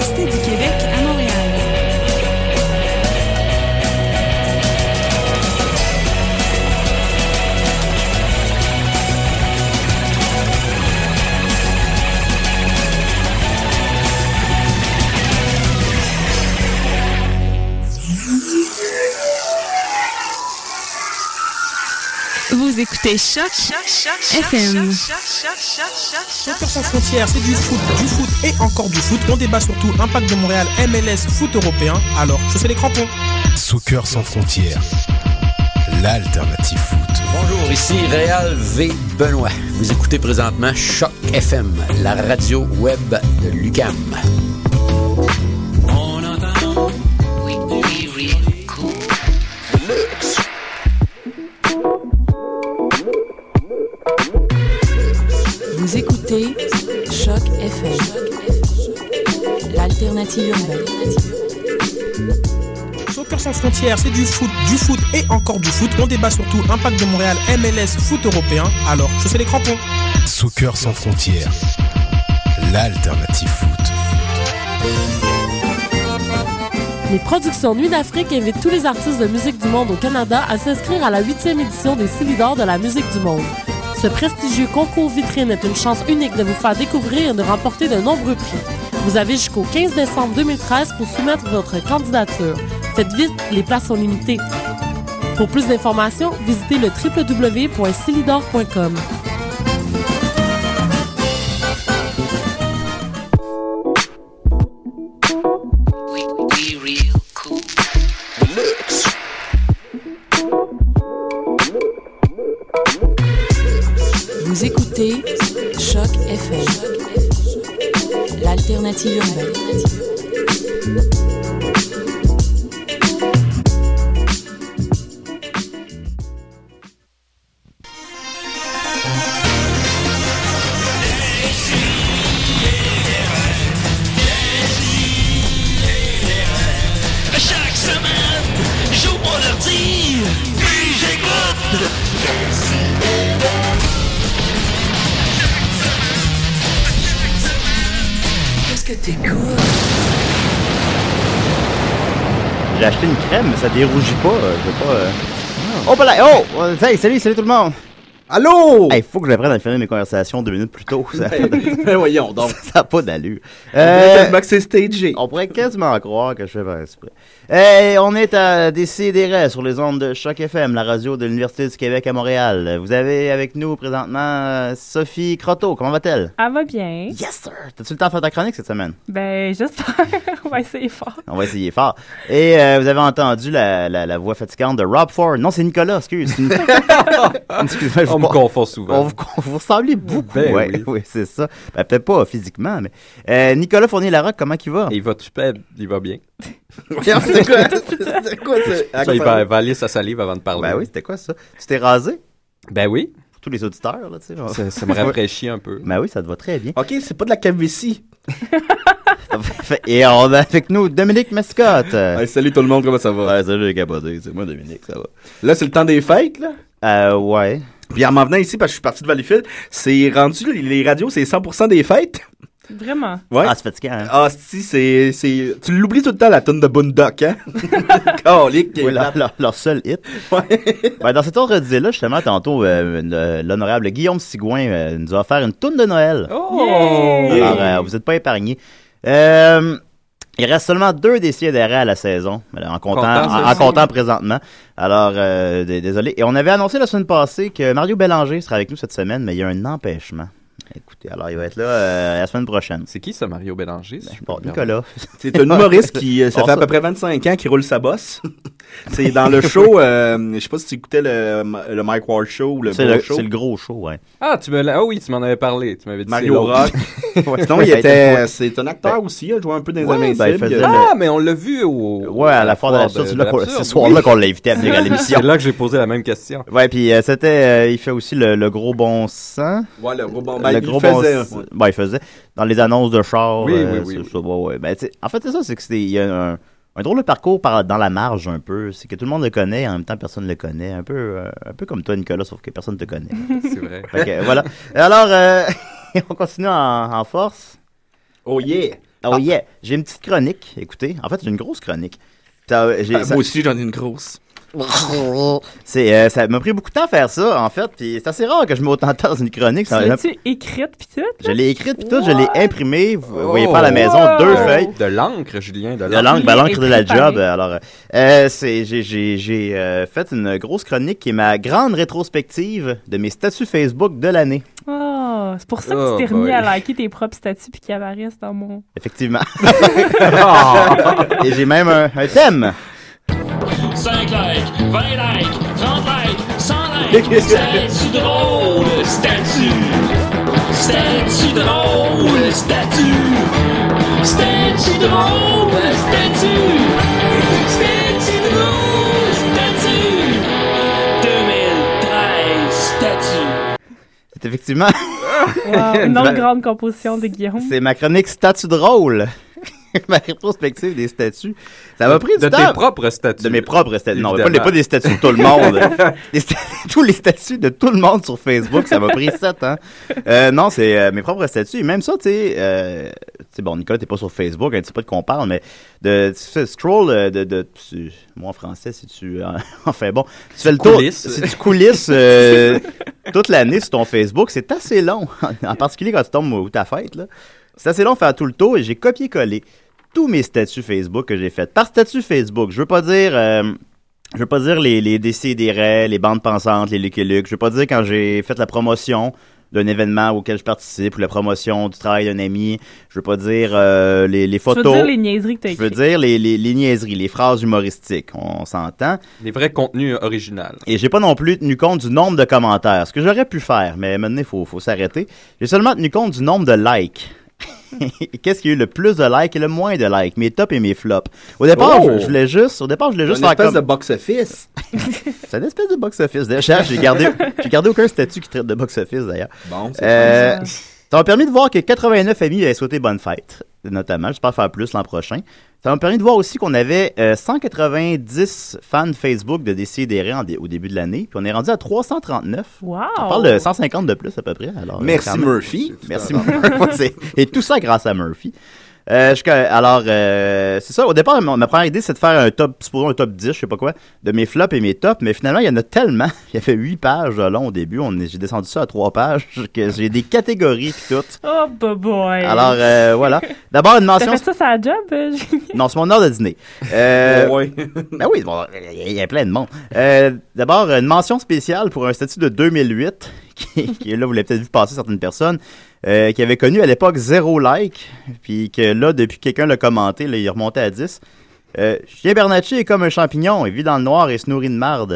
l'Université du Québec à Montréal. Vous écoutez Choc FM. Soccer sans frontières, c'est du foot et encore du foot. On débat surtout Impact de Montréal, MLS, foot européen. Alors, chaussez les crampons. Soccer sans frontières, l'alternative foot. Bonjour, ici Réal V. Benoît. Vous écoutez présentement Choc FM, la radio web de l'UQAM. On entend Luxe. Vous écoutez Choc FM, l'alternative urbaine. Soccer sans frontières, c'est du foot et encore du foot. On débat surtout Impact de Montréal, MLS, foot européen. Alors, chaussez les crampons. Soccer sans frontières, l'alternative foot. Les productions Nuit d'Afrique invitent tous les artistes de musique du monde au Canada à s'inscrire à la 8e édition des Silidor de la musique du monde. Ce prestigieux concours vitrine est une chance unique de vous faire découvrir et de remporter de nombreux prix. Vous avez jusqu'au 15 décembre 2013 pour soumettre votre candidature. Faites vite, les places sont limitées. Pour plus d'informations, visitez le www.silidor.com. Vous écoutez Choc FM, l'alternative urbaine. Chaque semaine, j'ouvre mon ordi, puis j'écoute. Qu'est-ce que t'écoutes? J'ai acheté une crème, mais ça dérougit pas. Je veux pas. Oh, pas là! Oh! Hey, salut tout le monde! Allô? Hey, faut que j'apprenne à finir mes conversations 2 minutes plus tôt. Ça voyons donc. Ça n'a pas d'allure. C'est stagé. On pourrait quasiment croire que je fais exprès. On est à Décideret sur les ondes de Choc FM, la radio de l'Université du Québec à Montréal. Vous avez avec nous présentement Sophie Croteau. Comment va-t-elle? Elle va bien. Yes, sir! T'as-tu le temps de faire ta chronique cette semaine? Ben, j'espère. On va essayer fort. On va essayer fort. Et vous avez entendu la voix fatigante de Rob Ford. Non, c'est Nicolas, excuse. Excuse-moi, on me confond souvent. Vous ressemblez beaucoup. Ben, oui, c'est ça. Ben, peut-être pas physiquement, mais... Nicolas Fournier-Larocque, comment il va? Il va super, il va bien. C'était quoi ça? Il va avaler sa salive avant de parler. Ben oui, c'était quoi ça? Tu t'es rasé? Ben oui. Pour tous les auditeurs, là, tu sais. Ça me rafraîchit un peu. Ben oui, ça te va très bien. OK, c'est pas de la calvitie. Et on a avec nous Dominique Mascotte. Hey, salut tout le monde, comment ça va? Ouais, salut les capotés, c'est moi Dominique, ça va. Là, c'est le temps des fêtes, là? Ouais. Puis en m'en venant ici, parce que je suis parti de Valleyfield, c'est rendu, les radios, c'est 100% des fêtes. Vraiment? Ouais. Ah, c'est fatigant, hein? Ah, si, c'est... Tu l'oublies tout le temps, la tonne de Boondock, hein? Calique. Oui, leur seul hit. Ouais. Ben, dans cet ordre-là, justement, tantôt, l'honorable Guillaume Sigouin nous a offert une toune de Noël. Oh! Alors, vous n'êtes pas épargnés. Il reste seulement 2 décidérés à la saison, en comptant présentement. Alors, désolé. Et on avait annoncé la semaine passée que Mario Bélanger sera avec nous cette semaine, mais il y a un empêchement. Écoutez, alors il va être là la semaine prochaine. C'est qui ce Mario Bélanger? Nicolas. C'est un humoriste qui, ça fait à peu près 25 ans qu'il roule sa bosse. C'est dans le show, je sais pas si tu écoutais le Mike Ward Show ou le Beau Show. C'est le gros show, ouais. Ah, oui, tu m'en avais parlé. Tu m'avais dit Mario Rock. Sinon, c'est un acteur aussi, il a joué un peu dans les Invincibles. Mais on l'a vu Ouais, à la foire de l'absurde. C'est ce soir-là qu'on l'a invité à venir à l'émission. C'est là que j'ai posé la même question. Ouais, puis c'était, il fait aussi le gros bon sang. Ouais, le gros bon il faisait dans les annonces de char. Oui. Ouais. Ben, en fait, c'est ça, c'est que il y a un drôle de parcours dans la marge un peu. C'est que tout le monde le connaît, en même temps personne ne le connaît. Un peu comme toi, Nicolas, sauf que personne ne te connaît. C'est vrai. Fait que, voilà. Alors, on continue en force. Oh yeah! Oh yeah, j'ai une petite chronique, écoutez. En fait, j'ai une grosse chronique. Moi aussi, j'en ai une grosse. Ça m'a pris beaucoup de temps à faire ça, en fait, puis c'est assez rare que je mette autant de temps dans une chronique. Tu l'as-tu écrite pis tout? Là? Je l'ai écrite pis tout, je l'ai imprimée, vous voyez pas à la maison, 2 feuilles. De l'encre, Julien, de l'encre de la job. Alors, j'ai fait une grosse chronique qui est ma grande rétrospective de mes statuts Facebook de l'année. Oh, c'est pour ça que tu t'es remis à liker tes propres statuts puis qu'ils apparaissent dans mon... Effectivement. Et j'ai même un thème. 5 likes, 20 likes, 30 likes, 100 likes. Statut drôle, statut. Statut drôle, statut. Statut drôle, statut. Statut drôle, statut. 2013, statut. C'est effectivement... Wow, une autre grande composition de Guillaume. C'est ma chronique statut drôle. Ma rétrospective des statuts. Ça m'a pris du temps. De tes propres statuts. De mes propres statuts. Non, pas des statuts de tout le monde. Tous les statuts de tout le monde sur Facebook, ça m'a pris 7 ans. Non, c'est mes propres statuts. Et même ça, tu sais, bon, Nicolas, t'es pas sur Facebook, hein, tu sais pas de quoi on parle, mais tu fais scroll moi en français, si tu... enfin bon, tu fais le tour. Si tu coulisses toute l'année sur ton Facebook, c'est assez long. En particulier quand tu tombes où t'as fête, là. C'est assez long de faire tout le tour et j'ai copié-collé tous mes statuts Facebook que j'ai fait. Par statut Facebook, je veux pas dire les décidérés, les bandes pensantes, les Lucky Luke. Je veux pas dire quand j'ai fait la promotion d'un événement auquel je participe ou la promotion du travail d'un ami. Je veux pas dire les photos. Je veux dire les niaiseries que t'as écrites. Je veux dire les niaiseries, les phrases humoristiques. On s'entend. Les vrais contenus originaux. Et j'ai pas non plus tenu compte du nombre de commentaires. Ce que j'aurais pu faire, mais maintenant il faut s'arrêter. J'ai seulement tenu compte du nombre de likes. Qu'est-ce qu'il y a eu le plus de likes et le moins de likes, mes tops et mes flops. Au départ, je voulais juste une faire espèce de box-office. C'est une espèce de box-office. D'ailleurs, j'ai gardé aucun statut qui traite de box-office, d'ailleurs. Bon, c'est ça m'a permis de voir que 89 amis avaient souhaité bonne fête, notamment. J'espère faire plus l'an prochain. Ça m'a permis de voir aussi qu'on avait 190 fans Facebook de Décidérés au début de l'année, puis on est rendu à 339. Wow! On parle de 150 de plus à peu près. Alors, merci Murphy. Merci Murphy. Et tout ça grâce à Murphy. C'est ça. Au départ, ma première idée, c'est de faire un top 10, je sais pas quoi, de mes flops et mes tops. Mais finalement, il y en a tellement. Il y avait 8 pages de long au début. J'ai descendu ça à 3 pages. Que j'ai des catégories pis tout. Oh, boy. Alors, voilà. D'abord, une mention. T'as fait ça sur la job? Non, c'est mon heure de dîner. Oui. Ben oui, bon, il y a plein de monde. D'abord, une mention spéciale pour un statut de 2008, qui là, vous l'avez peut-être vu passer certaines personnes. Qui avait connu à l'époque 0 like, puis que là, depuis que quelqu'un l'a commenté, là, il est remonté à 10. Julien Bernatchez est comme un champignon, il vit dans le noir et se nourrit de marde.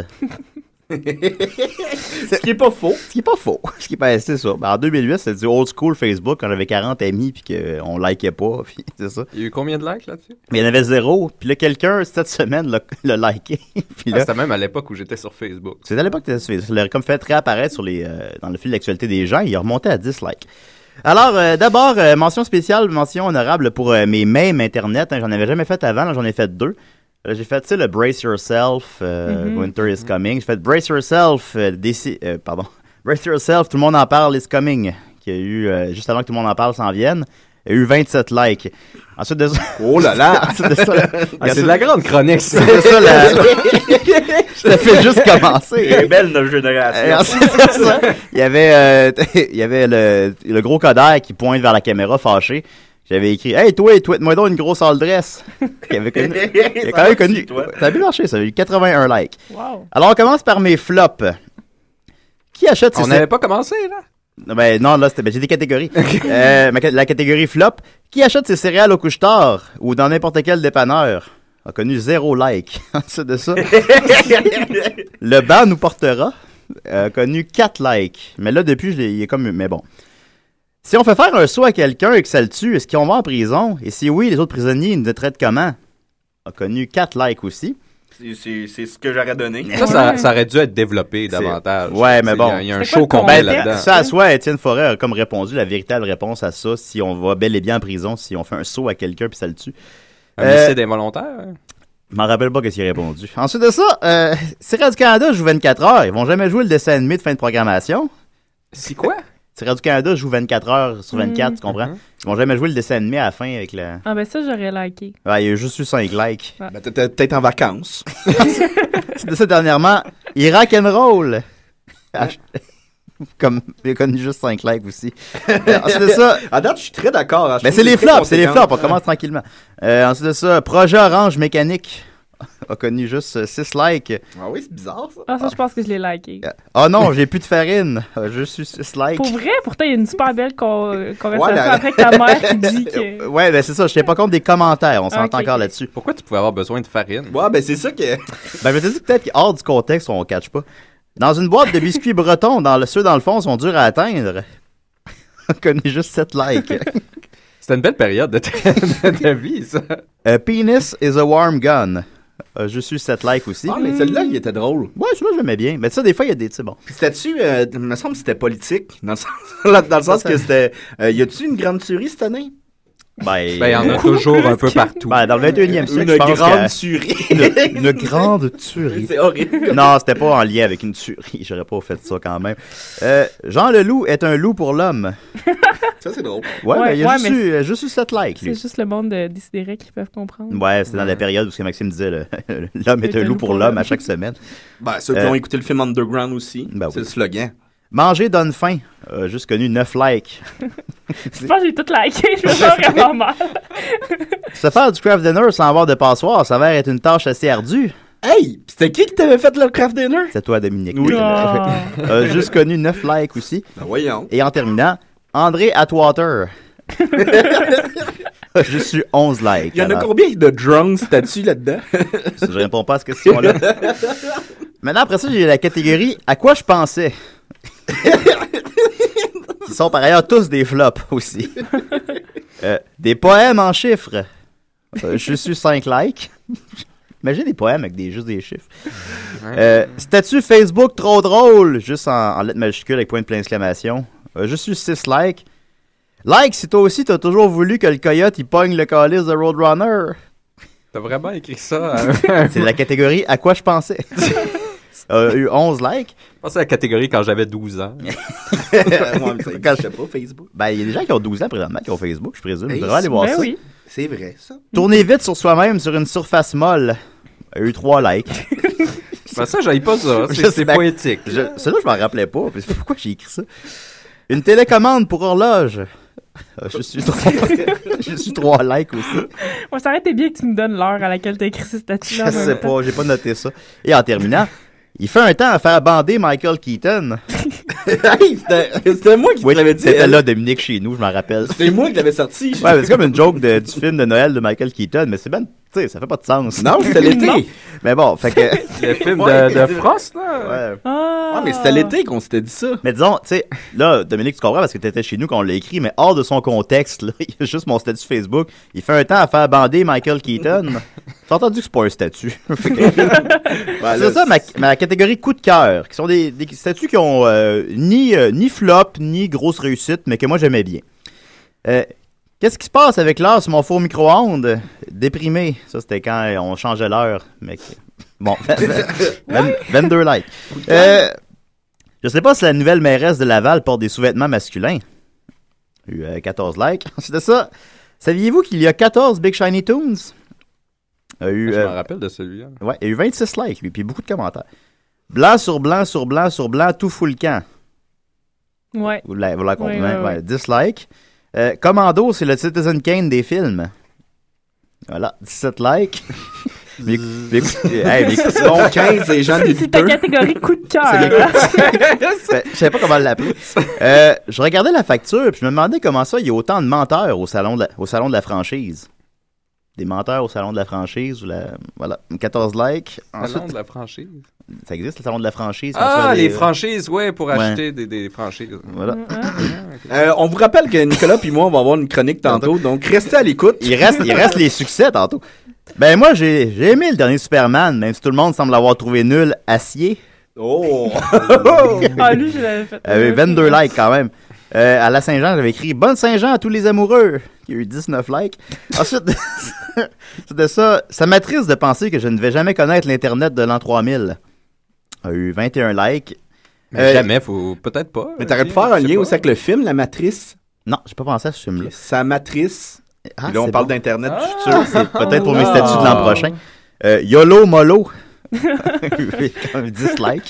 Ce qui est pas faux. C'est ça. Ben, en 2008, c'était du old school Facebook quand j'avais 40 amis puis qu'on likait pas, puis c'est ça. Il y a eu combien de likes là-dessus? Mais il y en avait 0, puis là, quelqu'un, cette semaine, l'a liké. Puis là, c'était même à l'époque où j'étais sur Facebook. C'était à l'époque que j'étais sur Facebook. Il l'a comme fait réapparaître dans le fil d'actualité des gens, il est remonté à 10 likes. Alors, d'abord, mention spéciale, mention honorable pour mes mèmes Internet. J'en avais jamais fait avant, là, j'en ai fait 2. J'ai fait, tu sais, le Brace Yourself, Winter is Coming. J'ai fait Brace Yourself, Brace Yourself, tout le monde en parle, is coming. Qui a eu, juste avant que tout le monde en parle, s'en vienne. Il y a eu 27 likes. Ensuite de ça... Oh là là! Ensuite de ça... c'est de la grande chronique, ça. C'est ça, ça fait juste commencer. C'est belle, notre génération. Ensuite de ça, il y avait le gros codère qui pointe vers la caméra fâché. J'avais écrit « Hey, tweet-moi donc une grosse all dress. » Il a quand même connu. Ça a bien marché, ça a eu 81 likes. Wow. Alors, on commence par mes flops. Qui achète ces... On n'avait pas commencé, là? Ben non, là, j'ai des catégories. La catégorie flop. Qui achète ses céréales au couche-tard ou dans n'importe quel dépanneur a connu 0 like. C'est de ça. Le banc nous portera a connu 4 likes. Mais là, depuis, il est comme... Mais bon. Si on fait faire un saut à quelqu'un et que ça le tue, est-ce qu'on va en prison? Et si oui, les autres prisonniers, ils nous traitent comment? A connu 4 likes aussi. C'est ce que j'aurais donné. Ça aurait dû être développé davantage. Ouais, mais bon. Il y a un show complet là-dedans. Ça, soit Étienne Forêt a comme répondu la véritable réponse à ça, si on va bel et bien en prison, si on fait un saut à quelqu'un puis ça le tue. Un homicide involontaire? Je m'en rappelle pas ce qu'il a répondu. Ensuite de ça, si Radio-Canada joue 24 heures, ils vont jamais jouer le dessin animé de fin de programmation. C'est quoi? Radio-Canada joue 24 heures sur 24, tu comprends? Ils vont jamais jouer le dessin animé à la fin avec la... Ah ben ça, j'aurais liké. Ouais, il y a juste eu 5 likes. Ouais. Ben, t'étais peut-être en vacances. C'était ça dernièrement. Il rock'n'roll. Comme, il a connu juste 5 likes aussi. Ensuite de ça... À date, je suis très d'accord. Mais c'est les flops, on commence tranquillement. Ensuite de ça, Projet Orange Mécanique a connu juste 6 likes. Ah oui, c'est bizarre ça. Ah ça, je pense que je l'ai liké. Ah non, j'ai plus de farine. Juste 6 likes. Pour vrai, pourtant, il y a une super belle conversation avec ta mère qui dit que... Ouais, ben c'est ça, je tiens pas compte des commentaires, on s'entend encore là-dessus. Pourquoi tu pouvais avoir besoin de farine? Ouais, ben c'est ça que... Ben je te dis peut-être hors du contexte, on catch pas. Dans une boîte de biscuits bretons, ceux dans le fond sont durs à atteindre. On connaît juste 7 likes. C'était une belle période de ta vie, ça. Penis is a warm gun. Je suis 7 likes aussi. Ah, mais celle-là, il était drôle. Ouais, celui-là, je l'aimais bien. Mais ça, des fois, il y a des... C'est bon. C'était-tu... il me semble que c'était politique. Dans le sens que c'était... y a-tu une grande tuerie cette année? Ben, il y en a toujours un peu partout. Ben, dans le 21e siècle, une grande tuerie. Une grande tuerie. C'est horrible. Non, c'était pas en lien avec une tuerie. J'aurais pas fait ça quand même. Jean Leloup est un loup pour l'homme. Ça, c'est drôle. Ouais, mais il y a juste eu 7 likes. C'est juste le monde de Décideret qui peuvent comprendre. Ouais, c'était dans la période où ce que Maxime disait, l'homme est un loup pour l'homme à chaque semaine. Ben, ceux qui ont écouté le film Underground aussi, ben c'est le slogan. Manger donne faim. Juste connu 9 likes. Je pense que j'ai tout liké. Je me sens vraiment mal. Se faire du craft dinner sans avoir de passoire s'avère être une tâche assez ardue. Hey! C'était qui t'avait fait le craft dinner? C'est toi, Dominique. Oui. Juste connu 9 likes aussi. Ben voyons. Et en terminant, André Atwater. Je suis 11 likes. Il y en a combien de drunk statues là-dedans? Je réponds pas à cette question-là. Maintenant, après ça, j'ai la catégorie « À quoi je pensais? » Qui sont par ailleurs tous des flops aussi. Des poèmes en chiffres. Je suis 5 likes. Imagine des poèmes avec juste des chiffres. Statut Facebook trop drôle, juste en lettres majuscules avec point de plein d'exclamation. Je suis 6 likes. Like si toi aussi t'as toujours voulu que le coyote il pogne le calice de Roadrunner. T'as vraiment écrit ça? C'est la catégorie « À quoi je pensais? » eu 11 likes. Je pensais à la catégorie quand j'avais 12 ans. Quand je sais pas, Facebook. Ben, il y a des gens qui ont 12 ans présentement qui ont Facebook, je présume. Je devrais aller voir ça. Oui. C'est vrai, ça. Tourner vite sur soi-même sur une surface molle. Eu 3 likes. Ben ça, j'aille pas ça. C'est poétique. Celui-là, je m'en rappelais pas. Pourquoi j'ai écrit ça? Une télécommande pour horloge. Je suis 3 likes aussi. Moi, ça aurait été bien que tu me donnes l'heure à laquelle tu as écrit ce statut-là. Je sais pas, j'ai pas noté ça. Et en terminant, il fait un temps à faire bander Michael Keaton. Hey, c'était moi qui l'avais dit. C'était là, Dominique, chez nous, je m'en rappelle. C'est moi qui l'avais sorti. Ouais, mais c'est comme une joke du film de Noël de Michael Keaton, mais c'est ben, tu sais, ça fait pas de sens. Non, c'était l'été. Mais bon, fait que... Le film de Frost, là? Ouais. Ah, mais c'était l'été qu'on s'était dit ça. Mais disons, tu sais, là, Dominique, tu comprends parce que t'étais chez nous quand on l'a écrit, mais hors de son contexte, là, il y a juste mon statut Facebook. Il fait un temps à faire bander Michael Keaton. T'as entendu que c'est pas un statut. C'est ça, ma catégorie coup de cœur, qui sont des statuts qui ont ni flop, ni grosse réussite, mais que moi j'aimais bien. Qu'est-ce qui se passe avec l'heure sur mon four micro-ondes? Déprimé. Ça, c'était quand on changeait l'heure. Mec. Bon, 22 likes. Je sais pas si la nouvelle mairesse de Laval porte des sous-vêtements masculins. Eu 14 likes. Ensuite de ça, saviez-vous qu'il y a 14 Big Shiny Tunes? Je me rappelle de celui-là. Ouais, il y a eu 26 likes, lui, puis beaucoup de commentaires. Blanc sur blanc sur blanc sur blanc, tout fout le camp. Ouais. Vous la comprenez? Ouais. 10 likes. Commando, c'est le Citizen Kane des films. Voilà, 17 likes. mais écoutez, donc 15 les gens des c'est ta catégorie coup de cœur. Je savais pas comment l'appeler. Je regardais la facture puis je me demandais comment ça, il y a autant de menteurs au salon de la franchise. Des menteurs au salon de la franchise. Voilà, 14 likes. Salon de la franchise? Ça existe, le salon de la franchise. Ah, les franchises, ouais, pour acheter des franchises. Voilà. On vous rappelle que Nicolas puis moi, on va avoir une chronique tantôt, donc restez à l'écoute. Il reste les succès tantôt. Ben moi, j'ai aimé le dernier Superman, même si tout le monde semble l'avoir trouvé nul, Acier. Oh! Ah, lui, je l'avais fait. 22 likes quand même. À la Saint-Jean, j'avais écrit « Bonne Saint-Jean à tous les amoureux ». Il y a eu 19 likes. Ensuite de ça, ça m'attriste de penser que je ne vais jamais connaître l'Internet de l'an 3000. Il y a eu 21 likes. Mais jamais, peut-être pas. Mais t'aurais pu faire un lien aussi avec le film, La Matrice. Non, j'ai pas pensé à ce film-là. Sa Matrice. Là, on parle d'Internet du futur. C'est peut-être pour mes statuts de l'an prochain. YOLO Molo. 10 likes.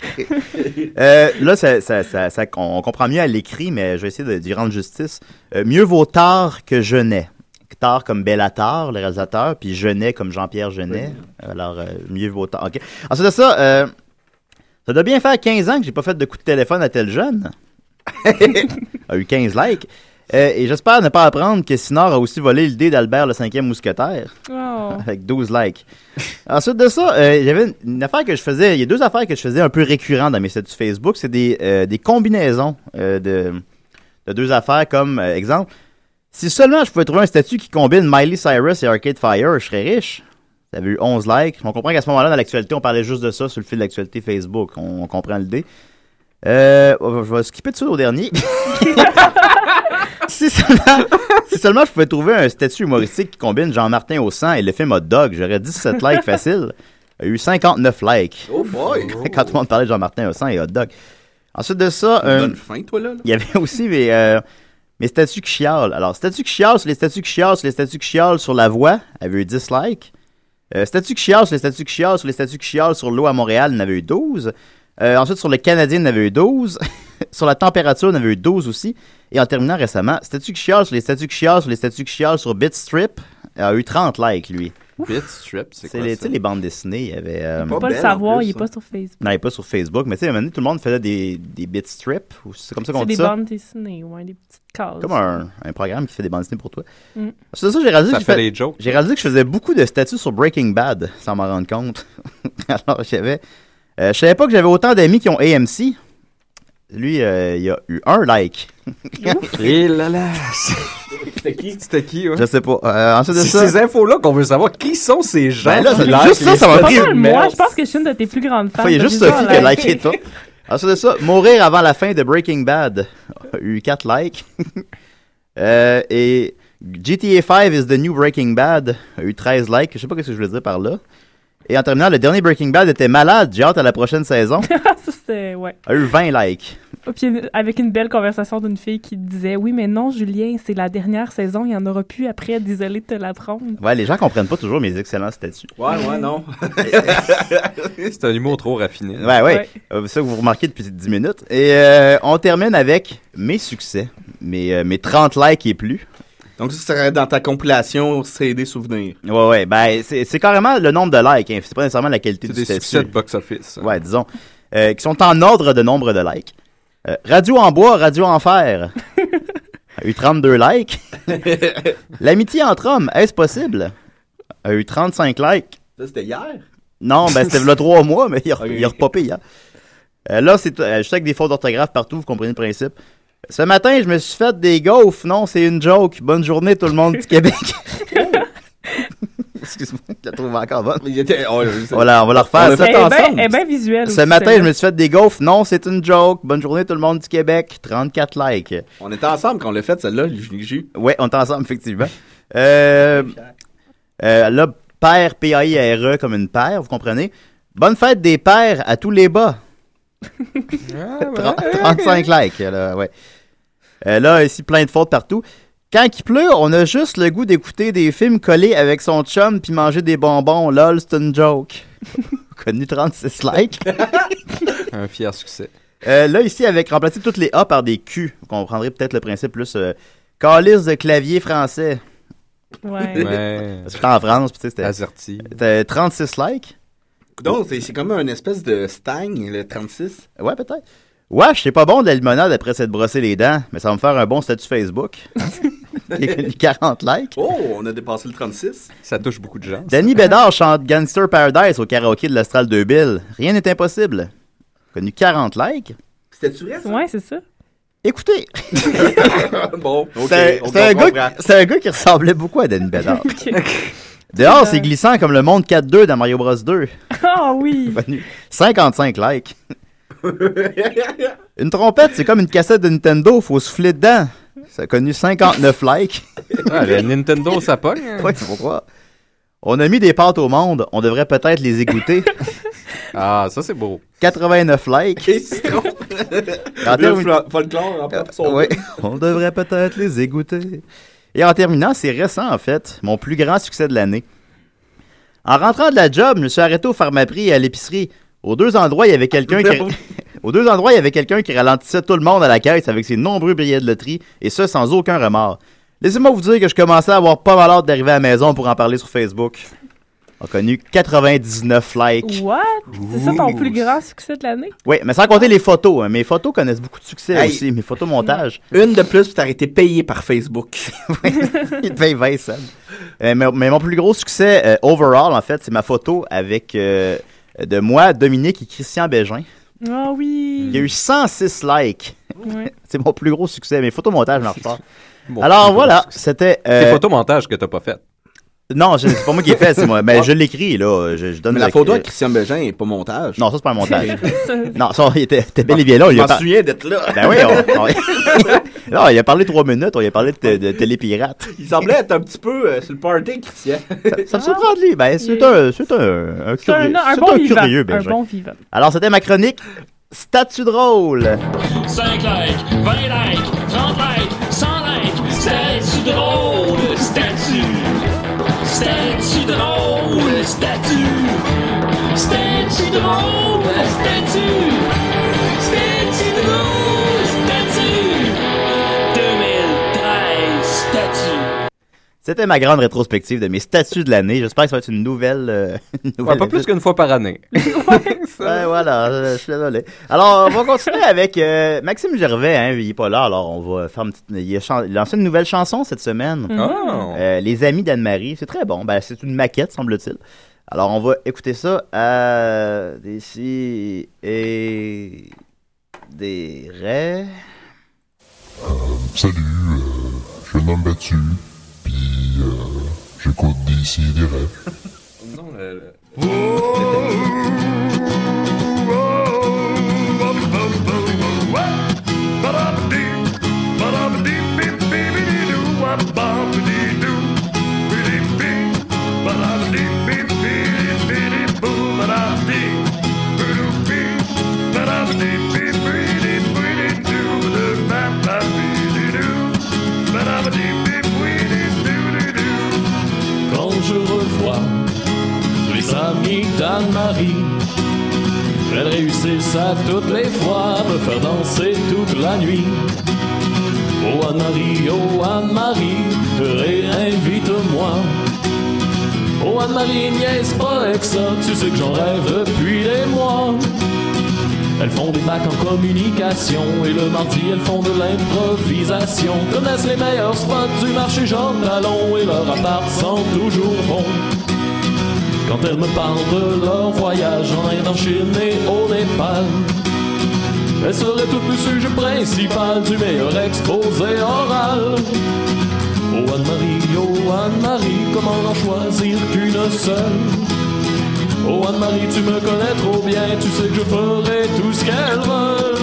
Là, on comprend mieux à l'écrit, mais je vais essayer d'y rendre justice. Mieux vaut tard que Genet. Tard comme Bellatar, le réalisateur, puis Genet comme Jean-Pierre Genet. Oui. Alors, mieux vaut tard. OK. Ensuite de ça, ça doit bien faire 15 ans que j'ai pas fait de coup de téléphone à tel jeune. A eu 15 likes. Et j'espère ne pas apprendre que Sinard a aussi volé l'idée d'Albert le 5e mousquetaire. Oh. Avec 12 likes. Ensuite de ça, j'avais une affaire que je faisais. Il y a 2 affaires que je faisais un peu récurrentes dans mes statuts Facebook. C'est des combinaisons de 2 affaires comme exemple. Si seulement je pouvais trouver un statut qui combine Miley Cyrus et Arcade Fire, je serais riche. Ça avait eu 11 likes. On comprend qu'à ce moment-là, dans l'actualité, on parlait juste de ça sur le fil de l'actualité Facebook. On comprend l'idée. Je vais skipper tout ça au dernier. Si seulement je pouvais trouver un statut humoristique qui combine Jean-Martin au sang et le film Hot Dog, j'aurais 17 likes facile. Il y a eu 59 likes. Oh boy! Quand tout le monde parlait de Jean-Martin au sang et Hot Dog. Ensuite de ça, bonne fin, toi, là. Il y avait aussi mes statuts qui chialent. Alors, statuts qui chialent sur les statuts qui chialent sur les statuts qui chialent sur la voix, avait eu 10 likes. Statuts qui chialent sur les statuts qui chialent sur les statuts qui chialent sur l'eau à Montréal, il en avait eu 12. Ensuite, sur le Canadien, il en avait eu 12. Sur la température, il en avait eu 12 aussi. Et en terminant récemment, statut qui chiale sur les statuts qui chialent sur les statuts qui chialent sur Bitstrip, il a eu 30 likes, lui. Bitstrip, c'est quoi ça? C'est les bandes dessinées. Il y avait, il faut pas le savoir, il est pas sur Facebook. Non, il est pas sur Facebook. Mais tu sais, à un moment donné, tout le monde faisait des Bitstrip. C'est comme ça qu'on dit ça. C'est des bandes dessinées, ouais, des petites cases. Comme un programme qui fait des bandes dessinées pour toi. Mm. C'est ça, j'ai réalisé j'ai réalisé que je faisais beaucoup de statuts sur Breaking Bad, sans m'en rendre compte. Alors, je savais pas que j'avais autant d'amis qui ont AMC. Lui, il a eu 1 like. Et là là. C'était qui, ouais? Je sais pas. Ensuite de c'est ça, ces infos-là qu'on veut savoir. Qui sont ces gens? Ben là, juste ça m'a pris. Moi, je pense que je suis une de tes plus grandes fans. Il y a juste Sophie qui a liké toi. Ensuite de ça, mourir avant la fin de Breaking Bad a eu 4 likes. Et GTA 5 is the new Breaking Bad a eu 13 likes. Je sais pas ce que je voulais dire par là. Et en terminant, le dernier Breaking Bad était malade. J'ai hâte à la prochaine saison. Ça, c'est... Ouais. A eu 20 likes. Puis avec une belle conversation d'une fille qui disait « Oui, mais non, Julien, c'est la dernière saison. Il n'y en aura plus après. Désolé de te l'apprendre. » Ouais, les gens comprennent pas toujours mes excellents statuts. Ouais, non. C'est un humour trop raffiné. Ouais. C'est ça que vous remarquez depuis 10 minutes. Et on termine avec mes succès. Mes 30 likes et plus. Donc, ça serait dans ta compilation CD souvenirs. Ouais. Ben, c'est carrément le nombre de likes. Hein. C'est pas nécessairement la qualité du statut. C'est des succès de box-office. Ouais, disons. Qui sont en ordre de nombre de likes. Radio en bois, radio en fer. A eu 32 likes. L'amitié entre hommes, est-ce possible? A eu 35 likes. Ça, c'était hier? Non, ben, c'était le 3 mois, mais il a repopé hier. Là, c'est juste avec des fautes d'orthographe partout, vous comprenez le principe. Ce matin, je me suis fait des gaufres. Non, c'est une joke. Bonne journée, tout le monde du Québec. Excuse-moi, je la trouve encore bonne. Voilà, on va la refaire. Elle est bien visuelle. Ce matin, je me suis fait des gaufres. Non, c'est une joke. Bonne journée, tout le monde du Québec. 34 likes. On était ensemble quand on l'a fait, celle-là, Juju. Oui, on était ensemble, effectivement. Là, père, P-A-I-R-E, comme une paire, vous comprenez? Bonne fête des pères à tous les bas. 35 likes. Là, ouais. Là, ici, plein de fautes partout. Quand il pleut, on a juste le goût d'écouter des films collés avec son chum puis manger des bonbons. Lol, c'est une joke. Connu 36 likes. Un fier succès. Là, ici, avec remplacer toutes les A par des Q. Vous comprendrez peut-être le principe plus calice de clavier français. Ouais. Parce que j'étais en France, puis tu sais, c'était... Azerty. C'était 36 likes. Donc, c'est comme une espèce de Stang, le 36. Ouais, peut-être. Ouais, c'est pas bon de la limonade après s'être brossé les dents, mais ça va me faire un bon statut Facebook. 40 likes. Oh, on a dépassé le 36. Ça touche beaucoup de gens. Danny Bédard chante Gangster Paradise au karaoké de l'Astral 2000. Rien n'est impossible. Connu 40 likes. C'était-tu vrai, ça? Ouais, c'est ça. Écoutez. Bon, c'est un gars qui ressemblait beaucoup à Danny Bédard. Dehors, c'est glissant comme le monde 4-2 dans Mario Bros 2. Ah oui. 55 likes. Une trompette, c'est comme une cassette de Nintendo, faut souffler dedans. Ça a connu 59 likes. Le Nintendo, ça pogne. Oui, c'est pourquoi. On a mis des pâtes au monde, on devrait peut-être les écouter. Ah, ça c'est beau. 89 likes. Le folklore emporte son Oui, on devrait peut-être les égoutter. Et en terminant, c'est récent en fait, mon plus grand succès de l'année. En rentrant de la job, je me suis arrêté au Pharmaprix et à l'épicerie. Aux deux endroits, il y avait quelqu'un qui ralentissait tout le monde à la caisse avec ses nombreux billets de loterie, et ça sans aucun remords. Laissez-moi vous dire que je commençais à avoir pas mal hâte d'arriver à la maison pour en parler sur Facebook. On a connu 99 likes. What? C'est ça ton plus grand succès de l'année? Oui, mais sans compter les photos. Hein. Mes photos connaissent beaucoup de succès aussi, mes photos montage. Une de plus, puis t'as été payé par Facebook. Il te paye 20 cents. Mais mon plus gros succès, overall, en fait, c'est ma photo avec de moi, Dominique et Christian Bégin. Ah oui! Il y a eu 106 likes. Ouais. C'est mon plus gros succès. Mes photos montage marchent pas. Alors voilà, c'était... Tes photos montage que t'as pas faites. Non, c'est pas moi qui ai fait, c'est moi. Mais je l'écris, là. Je donne mais la photo avec Christian Bégin n'est pas montage. Non, ça, c'est pas un montage. Non, ça, il était bel et bien là. Je m'en souviens d'être là. Ben oui, non, il a parlé 3 minutes, on lui a parlé de Télépirate. Il semblait être un petit peu sur le party, Christian. Ça me surprend de lui. Ben, c'est un curieux Bégin. Un bon vivant. Alors, c'était ma chronique Statut drôle. 5 likes, 20 likes, 30 likes, 100 likes, statut drôle, statut. Statut drôle, statut. Statut drôle, statut. Statut drôle, statut. 2013, statut. C'était ma grande rétrospective de mes statuts de l'année. J'espère que ça va être une nouvelle... pas plus qu'une fois par année. Ouais, voilà, je suis désolé. Alors, on va continuer avec Maxime Gervais, hein, il est pas là, alors on va faire une petite... Il a lancé une nouvelle chanson cette semaine. Oh. Les Amis d'Anne-Marie, c'est très bon. Ben, c'est une maquette, semble-t-il. Alors, on va écouter ça à d'ici et des raies. Salut, je suis un homme battu, puis j'écoute d'ici des rêves. Non, Quand je revois les amis d'Anne-Marie, elles réussissent à toutes les fois me faire danser toute la nuit. Oh Anne-Marie, réinvite-moi. Oh Anne-Marie, niaise pas avec ça, tu sais que j'en rêve depuis des mois. Elles font des bacs en communication et le mardi elles font de l'improvisation. Connaissent les meilleurs spots du marché Jean Talon et leur appart sent toujours bon. Quand elles me parlent de leur voyage en Inde, en Chine et au Népal, elles seraient toutes le sujet principal du meilleur exposé oral. Oh Anne-Marie, comment en choisir qu'une seule? Oh Anne-Marie, tu me connais trop bien, tu sais que je ferai tout ce qu'elle veut.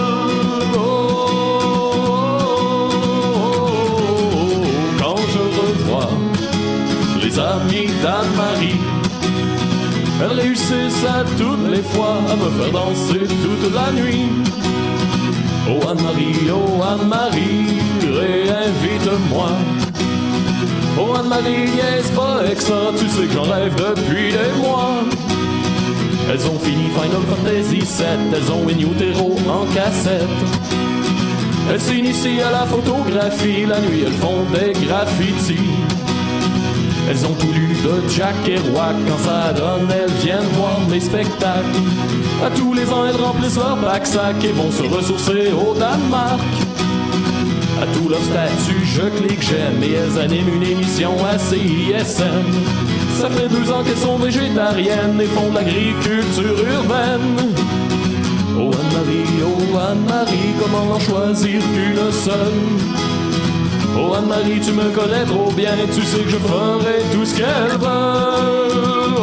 Quand je revois les amis d'Anne-Marie, elles réussissent à toutes les fois à me faire danser toute la nuit. Oh Anne-Marie, réinvite-moi. Oh Anne-Marie, niaise pas avec ça, tu sais que j'en rêve depuis des mois. Elles ont fini Final Fantasy VII, elles ont In Utero en cassette. Elles s'initient à la photographie, la nuit elles font des graffitis. Elles ont tout lu de Jack Kerouac, quand ça donne elles viennent voir mes spectacles. À tous les ans elles remplissent leur bac-sac et vont se ressourcer au Danemark. À tous leurs statuts je clique j'aime et elles animent une émission à CISM. Ça fait 2 ans qu'elles sont végétariennes et font de l'agriculture urbaine. Oh Anne-Marie, comment en choisir qu'une seule? Oh Anne-Marie, tu me connais trop bien, tu sais que je ferai tout ce qu'elle veut.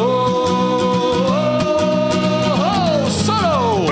Oh, solo!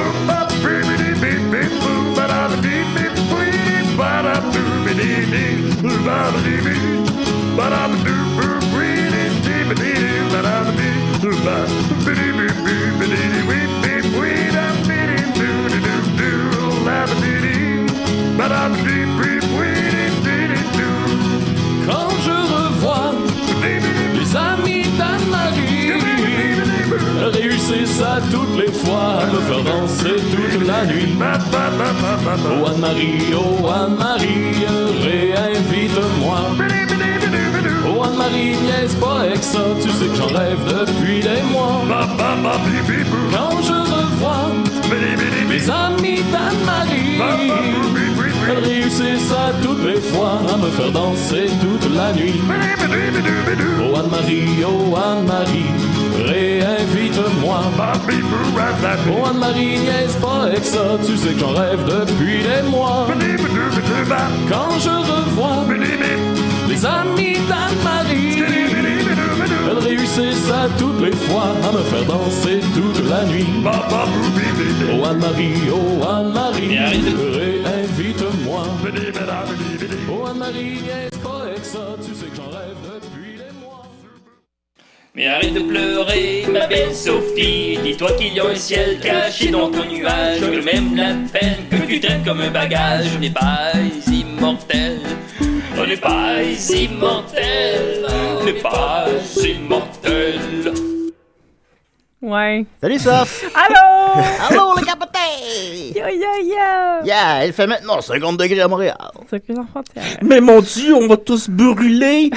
faire danser toute la nuit. Oh Anne-Marie, réinvite-moi. Oh Anne-Marie, niaise pas avec ça, tu sais que j'en rêve depuis des mois. Quand je revois mes amis d'Anne-Marie, elles réussissent à toutes les fois à me faire danser toute la nuit. Oh Anne-Marie, réinvite-moi. Oh Anne-Marie, niaise pas avec ça, tu sais que j'en rêve depuis des mois. Quand je revois les amis d'Anne-Marie, elles réussissent à toutes les fois à me faire danser toute la nuit. Oh Anne-Marie, réinvite-moi. Oh Anne-Marie, niaise pas avec ça, tu sais que j'en rêve depuis des mois. Mais arrête de pleurer, ma belle Sophie. Dis-toi qu'il y a un ciel caché dans ton nuage. Que même la peine que tu traînes comme un bagage, on n'est pas immortel. On n'est pas immortel. On n'est pas immortel. Ouais. Salut, Soph! Allô! Allô, le capoté! Yo, yo, yo! Yeah, il fait maintenant 50 degrés à Montréal. C'est que j'en frontière. Mais mon Dieu, on va tous brûler!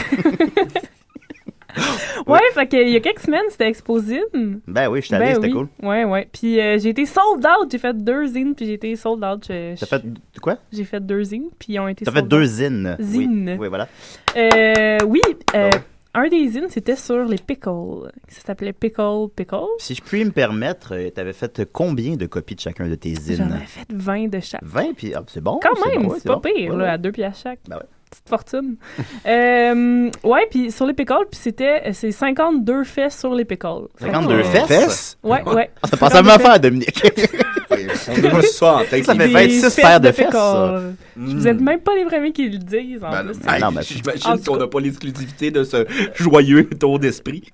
Ouais, fait qu'il y a quelques semaines, c'était Exposine. Ben oui, je suis allé, c'était cool. Ouais. Puis j'ai été sold out. J'ai fait 2 zines, puis j'ai été sold out. T'as fait quoi? J'ai fait 2 zines, puis ils ont été sold out. T'as fait 2 zines? Zines. Oui, voilà. Oui, un des zines, c'était sur les pickles. Ça s'appelait Pickle. Si je puis me permettre, t'avais fait combien de copies de chacun de tes zines? J'en avais fait 20 de chaque. 20, puis c'est bon. Quand même, bon, c'est pas bon. pire, là, à 2 piastres chaque. Ben ouais. Petite fortune. Ouais, puis sur les pickles, puis c'est 52 fesses sur les pickles. 52 fesses? Ouais. Ça passe à ma affaire, Dominique. On devrait ça en tête. Ça fait 26 paires de fesses, ça. Vous êtes même pas les premiers qui le disent, en plus. J'imagine qu'on n'a pas l'exclusivité de ce joyeux tour d'esprit.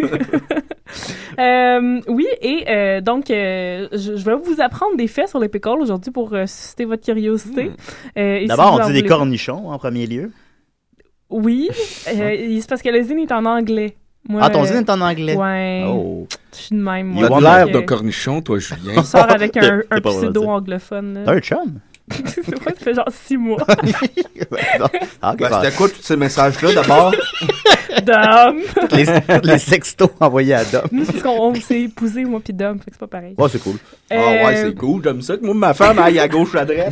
Oui, et donc, je vais vous apprendre des faits sur les pickles aujourd'hui pour susciter votre curiosité. D'abord, on dit des cornichons en premier lieu. Oui, c'est parce que le zine est en anglais. Moi, ton zine est en anglais? Ouais. Oh. Je suis de même. Il a l'air d'un cornichon, toi, Julien. Je sors avec un pseudo-anglophone. T'as un chum? Ça fait genre 6 mois. C'était quoi tous ces messages-là, d'abord? Dom! les sextos envoyés à Dom. Nous, c'est parce qu'on s'est épousés, moi pis Dom, fait que c'est pas pareil. Ouais, c'est cool. Ouais, c'est cool, j'aime ça. Moi, ma femme, aille à gauche ou à droite.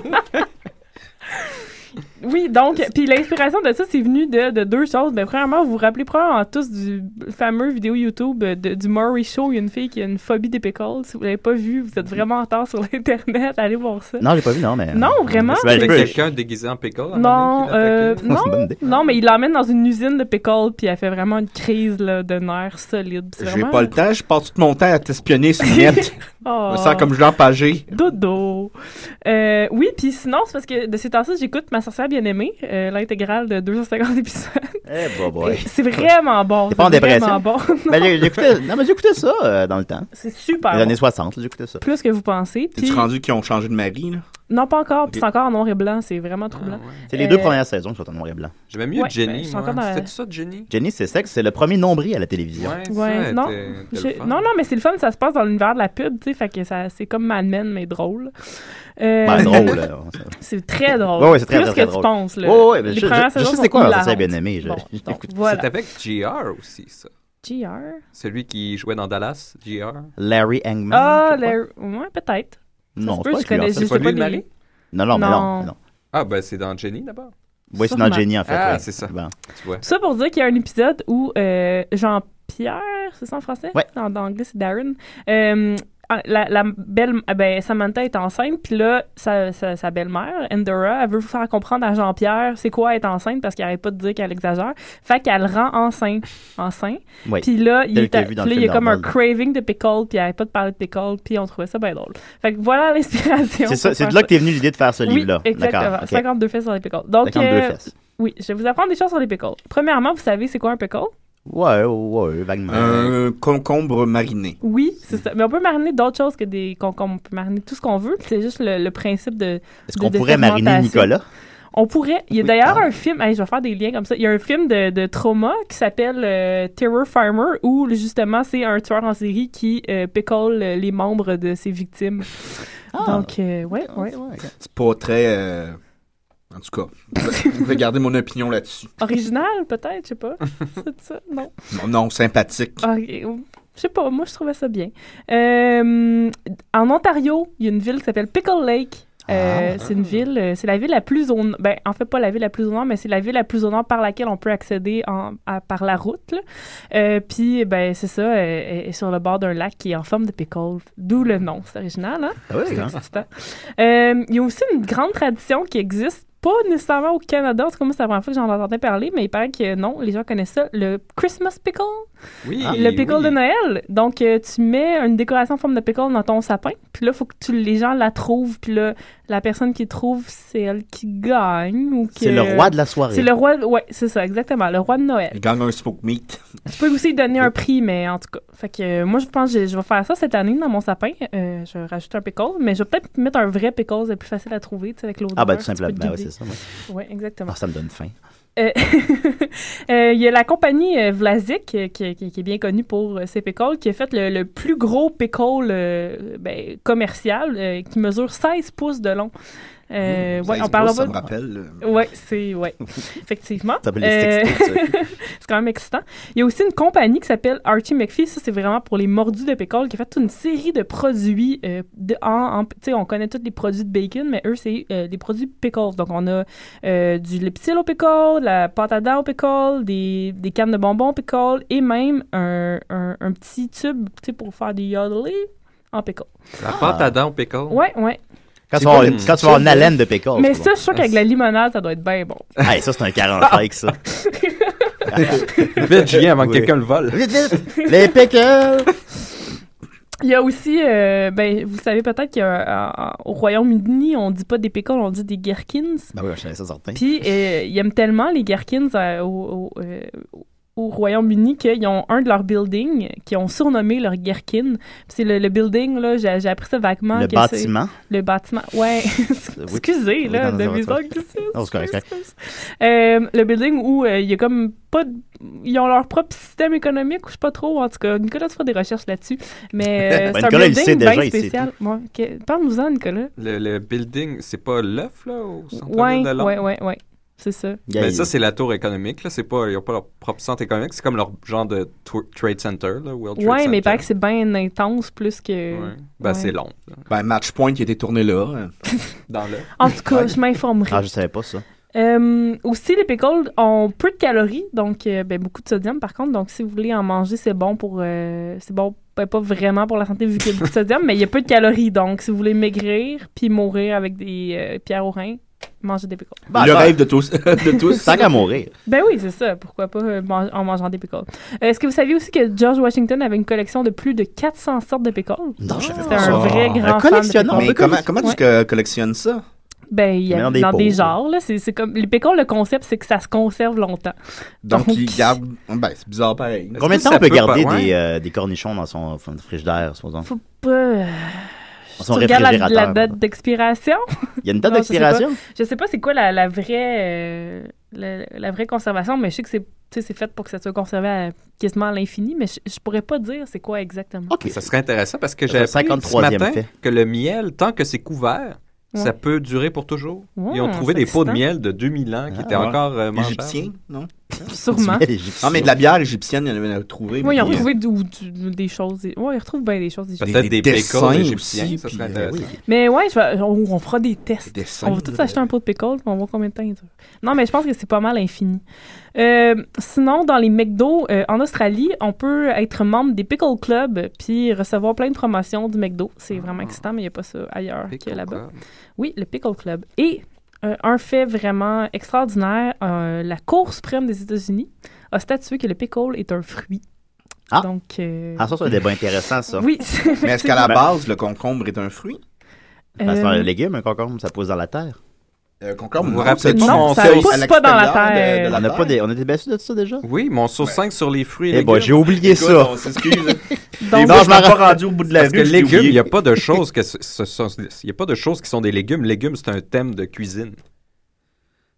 Oui, donc, puis l'inspiration de ça, c'est venu de 2 choses. Ben, premièrement, vous vous rappelez probablement tous du fameux vidéo YouTube du Murray Show. Il y a une fille qui a une phobie des pickles. Si vous l'avez pas vu, vous êtes vraiment en retard sur l'Internet. Allez voir ça. Non, j'ai pas vu, non, mais... Non, vraiment? C'est quelqu'un déguisé en pickle? Non, mais il l'emmène dans une usine de pickles, puis elle fait vraiment une crise là, de nerfs solide. J'ai pas le temps, je passe tout mon temps à t'espionner sur le net. Je me sens comme Jean Pagé. Dodo. Oui, puis sinon, c'est parce que de ces temps-ci, j'écoute Ma sorcière bien-aimée, l'intégrale de 250 épisodes. C'est vraiment bon. C'est pas en dépression. Vraiment bon. J'écoutais ça dans le temps. C'est super Les années 60, j'écoutais ça. Plus que vous pensez. T'es-tu rendu qu'ils ont changé de mari, là? Non, pas encore. Puis c'est encore en noir et blanc. C'est vraiment troublant. C'est les 2 premières saisons qui sont en noir et blanc. J'aimais mieux Jenny. C'était ça, Jenny? Jenny, c'est sexe. C'est le premier nombril à la télévision. Ouais, non. Non, mais c'est le fun. Ça se passe dans l'univers de la pub, tu sais. Fait que c'est comme Mad Men, mais drôle. Drôle. C'est très drôle. Oui, c'est très drôle. Plus que tu penses, là. Oui, mais je sais c'est quoi, Ma sorcière bien-aimée. C'est avec JR aussi, ça. JR? Celui qui jouait dans Dallas, JR. Larry Hangman. Ah, ouais, peut-être. Non, c'est pas lui. C'est pas lui le mari? Non, mais non. Ah, ben c'est dans Jenny, d'abord. Oui, c'est dans Jenny, en fait. Ah, c'est ça. Bon. Tu vois. Tout ça pour dire qu'il y a un épisode où Jean-Pierre, c'est ça en français? Ouais. En anglais, c'est Darren. La belle, Samantha est enceinte, puis là, sa belle-mère, Endora, elle veut faire comprendre à Jean-Pierre c'est quoi être enceinte parce qu'elle arrête pas de dire qu'elle exagère. Fait qu'elle le rend enceint. Oui. Puis là, il y a comme un normal. craving de pickle, puis elle arrête pas de parler de pickle, puis on trouvait ça bien drôle. Fait que voilà l'inspiration. C'est de là que t'es venu l'idée de faire ce livre-là. Oui, exactement. D'accord, 52 fesses sur les pickles. Donc, 52 fesses. Oui, je vais vous apprendre des choses sur les pickles. Premièrement, vous savez c'est quoi un pickle? Ouais, vaguement. Un concombre mariné. Oui, c'est ça. Mais on peut mariner d'autres choses que des concombres. On peut mariner tout ce qu'on veut. C'est juste le principe de. Est-ce qu'on pourrait mariner Nicolas? On pourrait. Il y a d'ailleurs un film, je vais faire des liens comme ça. Il y a un film de trauma qui s'appelle Terror Farmer où justement c'est un tueur en série qui pickle les membres de ses victimes. Donc, ouais. C'est pas très... En tout cas, je vais garder mon opinion là-dessus. Original, peut-être, je sais pas. C'est ça? Non. Non, sympathique. Je sais pas, moi je trouvais ça bien. En Ontario, il y a une ville qui s'appelle Pickle Lake. C'est une ville, c'est la ville la plus au nord, en fait pas la ville la plus au nord, mais c'est la ville la plus au nord par laquelle on peut accéder par la route. Puis c'est ça, elle est sur le bord d'un lac qui est en forme de pickle, d'où le nom, c'est original, hein? Ah oui, c'est excitant. Il y a aussi une grande tradition qui existe, pas nécessairement au Canada, en tout cas moi c'est la première fois que j'en entendais parler, mais il paraît que non, les gens connaissent ça, le Christmas pickle. Oui, le pickle de Noël. Donc, tu mets une décoration en forme de pickle dans ton sapin. Puis là, il faut que les gens la trouvent. Puis là, la personne qui trouve, c'est elle qui gagne. C'est le roi de la soirée. C'est le roi, ouais, c'est ça, exactement. Le roi de Noël. Il gagne un spook meat. Tu peux aussi donner un prix, mais en tout cas. Fait que moi, je pense que je vais faire ça cette année dans mon sapin. Je vais rajouter un pickle, mais je vais peut-être mettre un vrai pickle, c'est plus facile à trouver, tu sais, avec l'odeur. Tout simplement. C'est ça. Oui, exactement. Ça me donne faim. Il y a la compagnie Vlasic qui est bien connue pour ses pickles, qui a fait le plus gros pickle commercial qui mesure 16 pouces de long. On parle ça me rappelle. Effectivement. Ça s'appelle les c'est quand même excitant. Il y a aussi une compagnie qui s'appelle Archie McPhee. Ça, c'est vraiment pour les mordus de pickle, qui a fait une série de produits. On connaît tous les produits de bacon, mais eux, c'est des produits pickles. Donc, on a du lipsil au pickle, la pâte à dents au pickle, des cannes de bonbons au pickle et même un petit tube pour faire des yodelés en pickle. La pâte à dents au pickle? Ouais. Quand tu vas avoir une haleine de pickles. Mais ça, je suis sûr qu'avec la limonade, ça doit être bien bon. Hey, ça, c'est un 45, ça. Vite, Julien, avant que quelqu'un le vole. Vite! Les pickles! Il y a aussi, vous savez peut-être qu'au Royaume-Uni, on dit pas des pickles, on dit des gherkins. Ben oui, je savais ça certain. Puis, ils aiment tellement les gherkins au Royaume-Uni qu'ils ont un de leurs buildings qui ont surnommé leur gherkin. C'est le building, là, j'ai appris ça vaguement. Le bâtiment? Le bâtiment, ouais. Excusez, là, de mes le building où il y a comme pas... Ils ont leur propre système économique, ou je sais pas trop, en tout cas. Nicolas, tu feras des recherches là-dessus. Mais c'est Nicolas, un building bien spécial. Parle-nous-en, Nicolas. Le building, c'est pas l'œuf, là, au centre-ville de Londres? Oui. C'est ça. Mais ça, c'est la tour économique. Là. Ils n'ont pas leur propre centre économique. C'est comme leur genre de Trade Center, là, World Trade Center. Oui, mais il paraît que c'est bien intense plus que... C'est long. Matchpoint qui a été tourné là. Dans le... En tout cas, je m'informerai. Ah, je savais pas ça. Aussi, les pickles ont peu de calories, donc beaucoup de sodium par contre. Donc, si vous voulez en manger, c'est bon pour... c'est bon, pas vraiment pour la santé vu qu'il y a beaucoup de sodium, mais il y a peu de calories. Donc, si vous voulez maigrir puis mourir avec des pierres aux reins, manger des pickles. Le rêve de tous. Tant qu'à mourir. Ben oui, c'est ça. Pourquoi pas en mangeant des pickles. Est-ce que vous saviez aussi que George Washington avait une collection de plus de 400 sortes de pickles? Non, je savais pas. C'était un vrai grand fan de pickles. Mais comment tu collectionnes ça? Ben, il y a dans des genres, là. C'est comme... Les pickles, le concept, c'est que ça se conserve longtemps. Donc ils gardent... c'est bizarre pareil. Combien de temps on peut garder des cornichons dans son frigidaire, supposons? Faut pas... Son tu regardes la date d'expiration? Il y a une date d'expiration? Je sais pas c'est quoi la vraie conservation, mais je sais que c'est fait pour que ça soit conservé quasiment à l'infini, mais je pourrais pas dire c'est quoi exactement. Okay. Ça serait intéressant parce que j'ai appris ce matin que le miel, tant que c'est couvert, ça peut durer pour toujours. Ils ont trouvé des pots de miel de 2000 ans qui étaient encore mangeables. Égyptiens, non? Sûrement. Non, mais de la bière égyptienne, il y en avait trouvé. Oui, ils ont retrouvé des choses. Oui, ils retrouvent bien des choses égyptiennes. Peut-être des pickles égyptiens, ça serait intéressant. Mais ouais, on fera des tests. On va tous acheter un pot de pickles et on va voir combien de temps il dure. Non, mais je pense que c'est pas mal infini. Sinon, dans les McDo en Australie, on peut être membre des Pickle Club puis recevoir plein de promotions du McDo. C'est vraiment excitant, mais il n'y a pas ça ailleurs que là-bas. Oui, le Pickle Club. Et un fait vraiment extraordinaire, la Cour suprême des États-Unis a statué que le pickle est un fruit. Ah, donc, ça, c'est un débat intéressant, ça. Oui. Mais est-ce qu'à la base, le concombre est un fruit? C'est un légume, un concombre, ça pousse dans la terre. Concombre, non, ça pousse pas dans la terre. On était bien sûr de ça déjà? Oui, mon sauce 5 sur les fruits et légumes. Bon, j'ai oublié ça. On s'excuse. Donc, non, je m'en pas rendu au bout de la rue. Parce que légumes, il n'y a pas de choses qui sont des légumes. Légumes, c'est un thème de cuisine.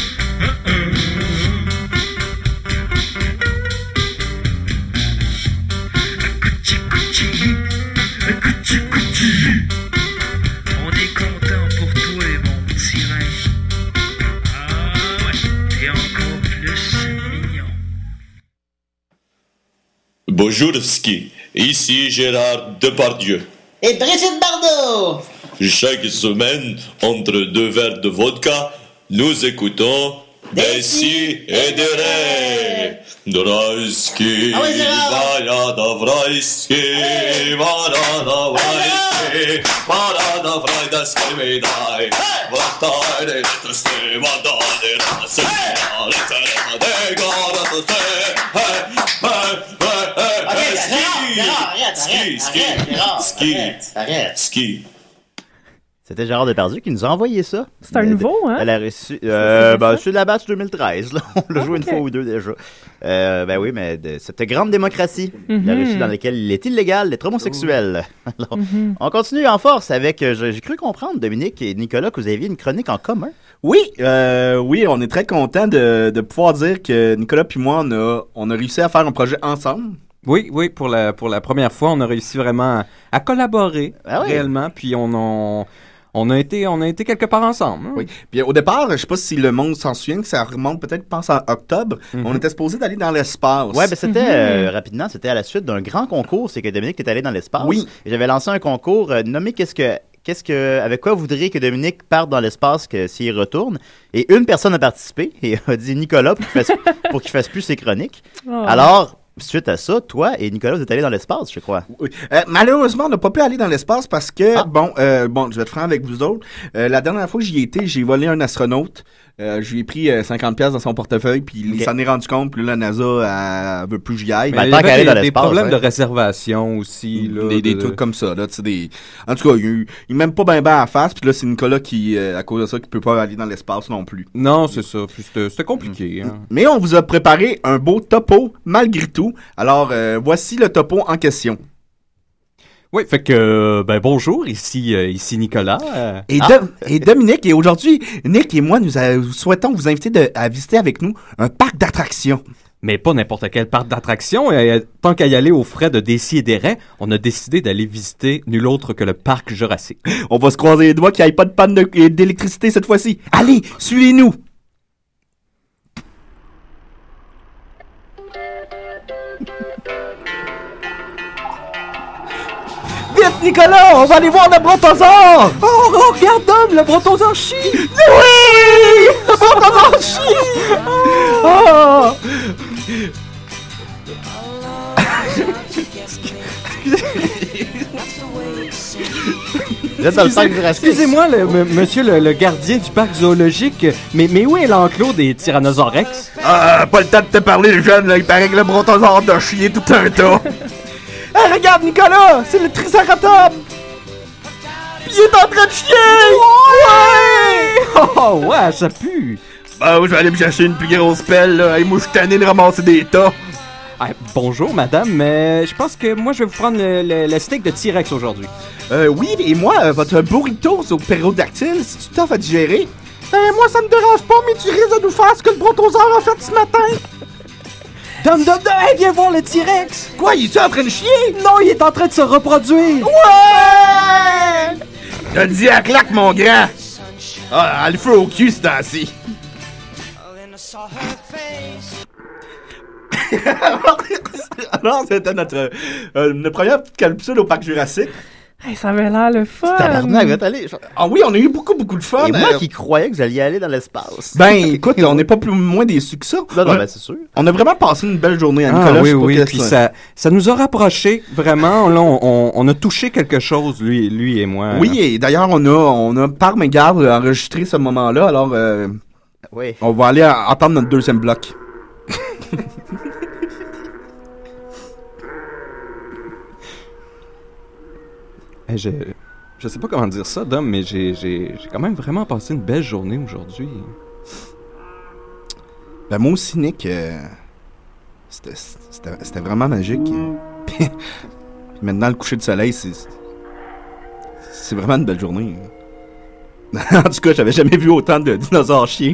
Bonjour Ski, ici Gérard Depardieu. Et Brigitte Bardot. Chaque semaine, entre 2 verres de vodka, nous écoutons des si et des ré. Draiski, Vajada Vraiski, Vajada Vraiski, Vajada Vraiski, Medai, Vatare, Leteste, Vadade, Rase, Lettere, Degara, Ski. C'était Gérard Depardieu qui nous a envoyé ça. C'est un nouveau, hein? Elle a reçu. C'est de la batch 2013, là. On l'a joué une fois ou deux déjà. Ben oui, mais cette grande démocratie, la Russie dans laquelle il est illégal d'être homosexuel. Alors, on continue en force avec. J'ai cru comprendre, Dominique et Nicolas, que vous aviez une chronique en commun. Oui, on est très content de pouvoir dire que Nicolas puis moi, on a réussi à faire un projet ensemble. Oui, pour la première fois, on a réussi vraiment à collaborer réellement, puis on a été quelque part ensemble. Hein? Oui. Puis au départ, je sais pas si le monde s'en souvient, que ça remonte peut-être, je pense, en octobre. On était supposé d'aller dans l'espace. Ouais, ben c'était rapidement, c'était à la suite d'un grand concours, c'est que Dominique est allé dans l'espace. Oui. Et j'avais lancé un concours nommé avec quoi vous voudriez que Dominique parte dans l'espace s'il retourne? Et une personne a participé et a dit Nicolas pour qu'il fasse plus ses chroniques. Oh. Alors, suite à ça, toi et Nicolas, vous êtes allés dans l'espace, je crois. Oui. Malheureusement, on n'a pas pu aller dans l'espace parce que, je vais être franc avec vous autres. La dernière fois que j'y étais, j'ai volé un astronaute. Je lui ai pris 50$ dans son portefeuille, puis il s'en est rendu compte, puis là, la NASA, elle veut plus que j'y aille. Mais il y avait des problèmes de réservation aussi. Là, des trucs comme ça. Là, en tout cas, il m'aime pas bien à la face, puis là, c'est Nicolas qui, à cause de ça, qui peut pas aller dans l'espace non plus. Non, c'est ça. Puis c'était compliqué. Hein. Mais on vous a préparé un beau topo, malgré tout. Alors, voici le topo en question. Oui, fait que, bonjour, ici Nicolas. Et Dominique, et aujourd'hui, Nick et moi, nous souhaitons vous inviter à visiter avec nous un parc d'attractions. Mais pas n'importe quel parc d'attractions. Tant qu'à y aller aux frais de Décideret, on a décidé d'aller visiter nul autre que le parc Jurassique. On va se croiser les doigts qu'il n'y ait pas de panne d'électricité cette fois-ci. Allez, suivez-nous! Vite, Nicolas, on va aller voir le brontosaure! Oh, regarde, Dom, le brontosaure chie! Oui! Le brontosaure chie! Oh! Excusez-moi, monsieur le gardien du parc zoologique, mais où est l'enclos des Tyrannosaures Rex? Pas le temps de te parler, jeune, là. Il paraît que le brontosaure a chié tout un tas. Hey, regarde, Nicolas! C'est le Triceratops! Pis il est en train de chier! Ouais! Oh, ouais, ça pue! Je vais aller me chercher une plus grosse pelle, là. Et moi, je suis tanné de ramasser des tas. Bonjour, madame, mais je pense que moi, je vais vous prendre le steak de T-Rex aujourd'hui. Oui, et moi, votre burrito au ptérodactyle, c'est tout à fait digéré? Moi, ça me dérange pas, mais tu risques de nous faire ce que le brontosaure a fait ce matin. Dom, hey, viens voir le T-Rex! Quoi, il est-tu en train de chier? Non, il est en train de se reproduire! Ouais! T'as dit à claque, mon grand! Ah, le feu au cul, ce temps-ci! Alors, c'était notre première petite capsule au parc Jurassique. Hey, ça avait l'air le fun! Tabarnak, allez. Ah oui, on a eu beaucoup de fun. Et moi qui croyais que vous alliez aller dans l'espace. Écoute, on n'est pas plus moins déçus que ça. Non, c'est sûr. On a vraiment passé une belle journée à Nicolas. Oui, puis ça nous a rapprochés, vraiment. Là, on a touché quelque chose, lui et moi. Oui, et d'ailleurs, on a par mégarde enregistré ce moment-là, alors oui. On va aller entendre notre deuxième bloc. Je sais pas comment dire ça, Dom, mais j'ai quand même vraiment passé une belle journée aujourd'hui. Moi aussi, Nick, c'était vraiment magique. Puis maintenant, le coucher de soleil, c'est vraiment une belle journée. En tout cas, j'avais jamais vu autant de dinosaures chier.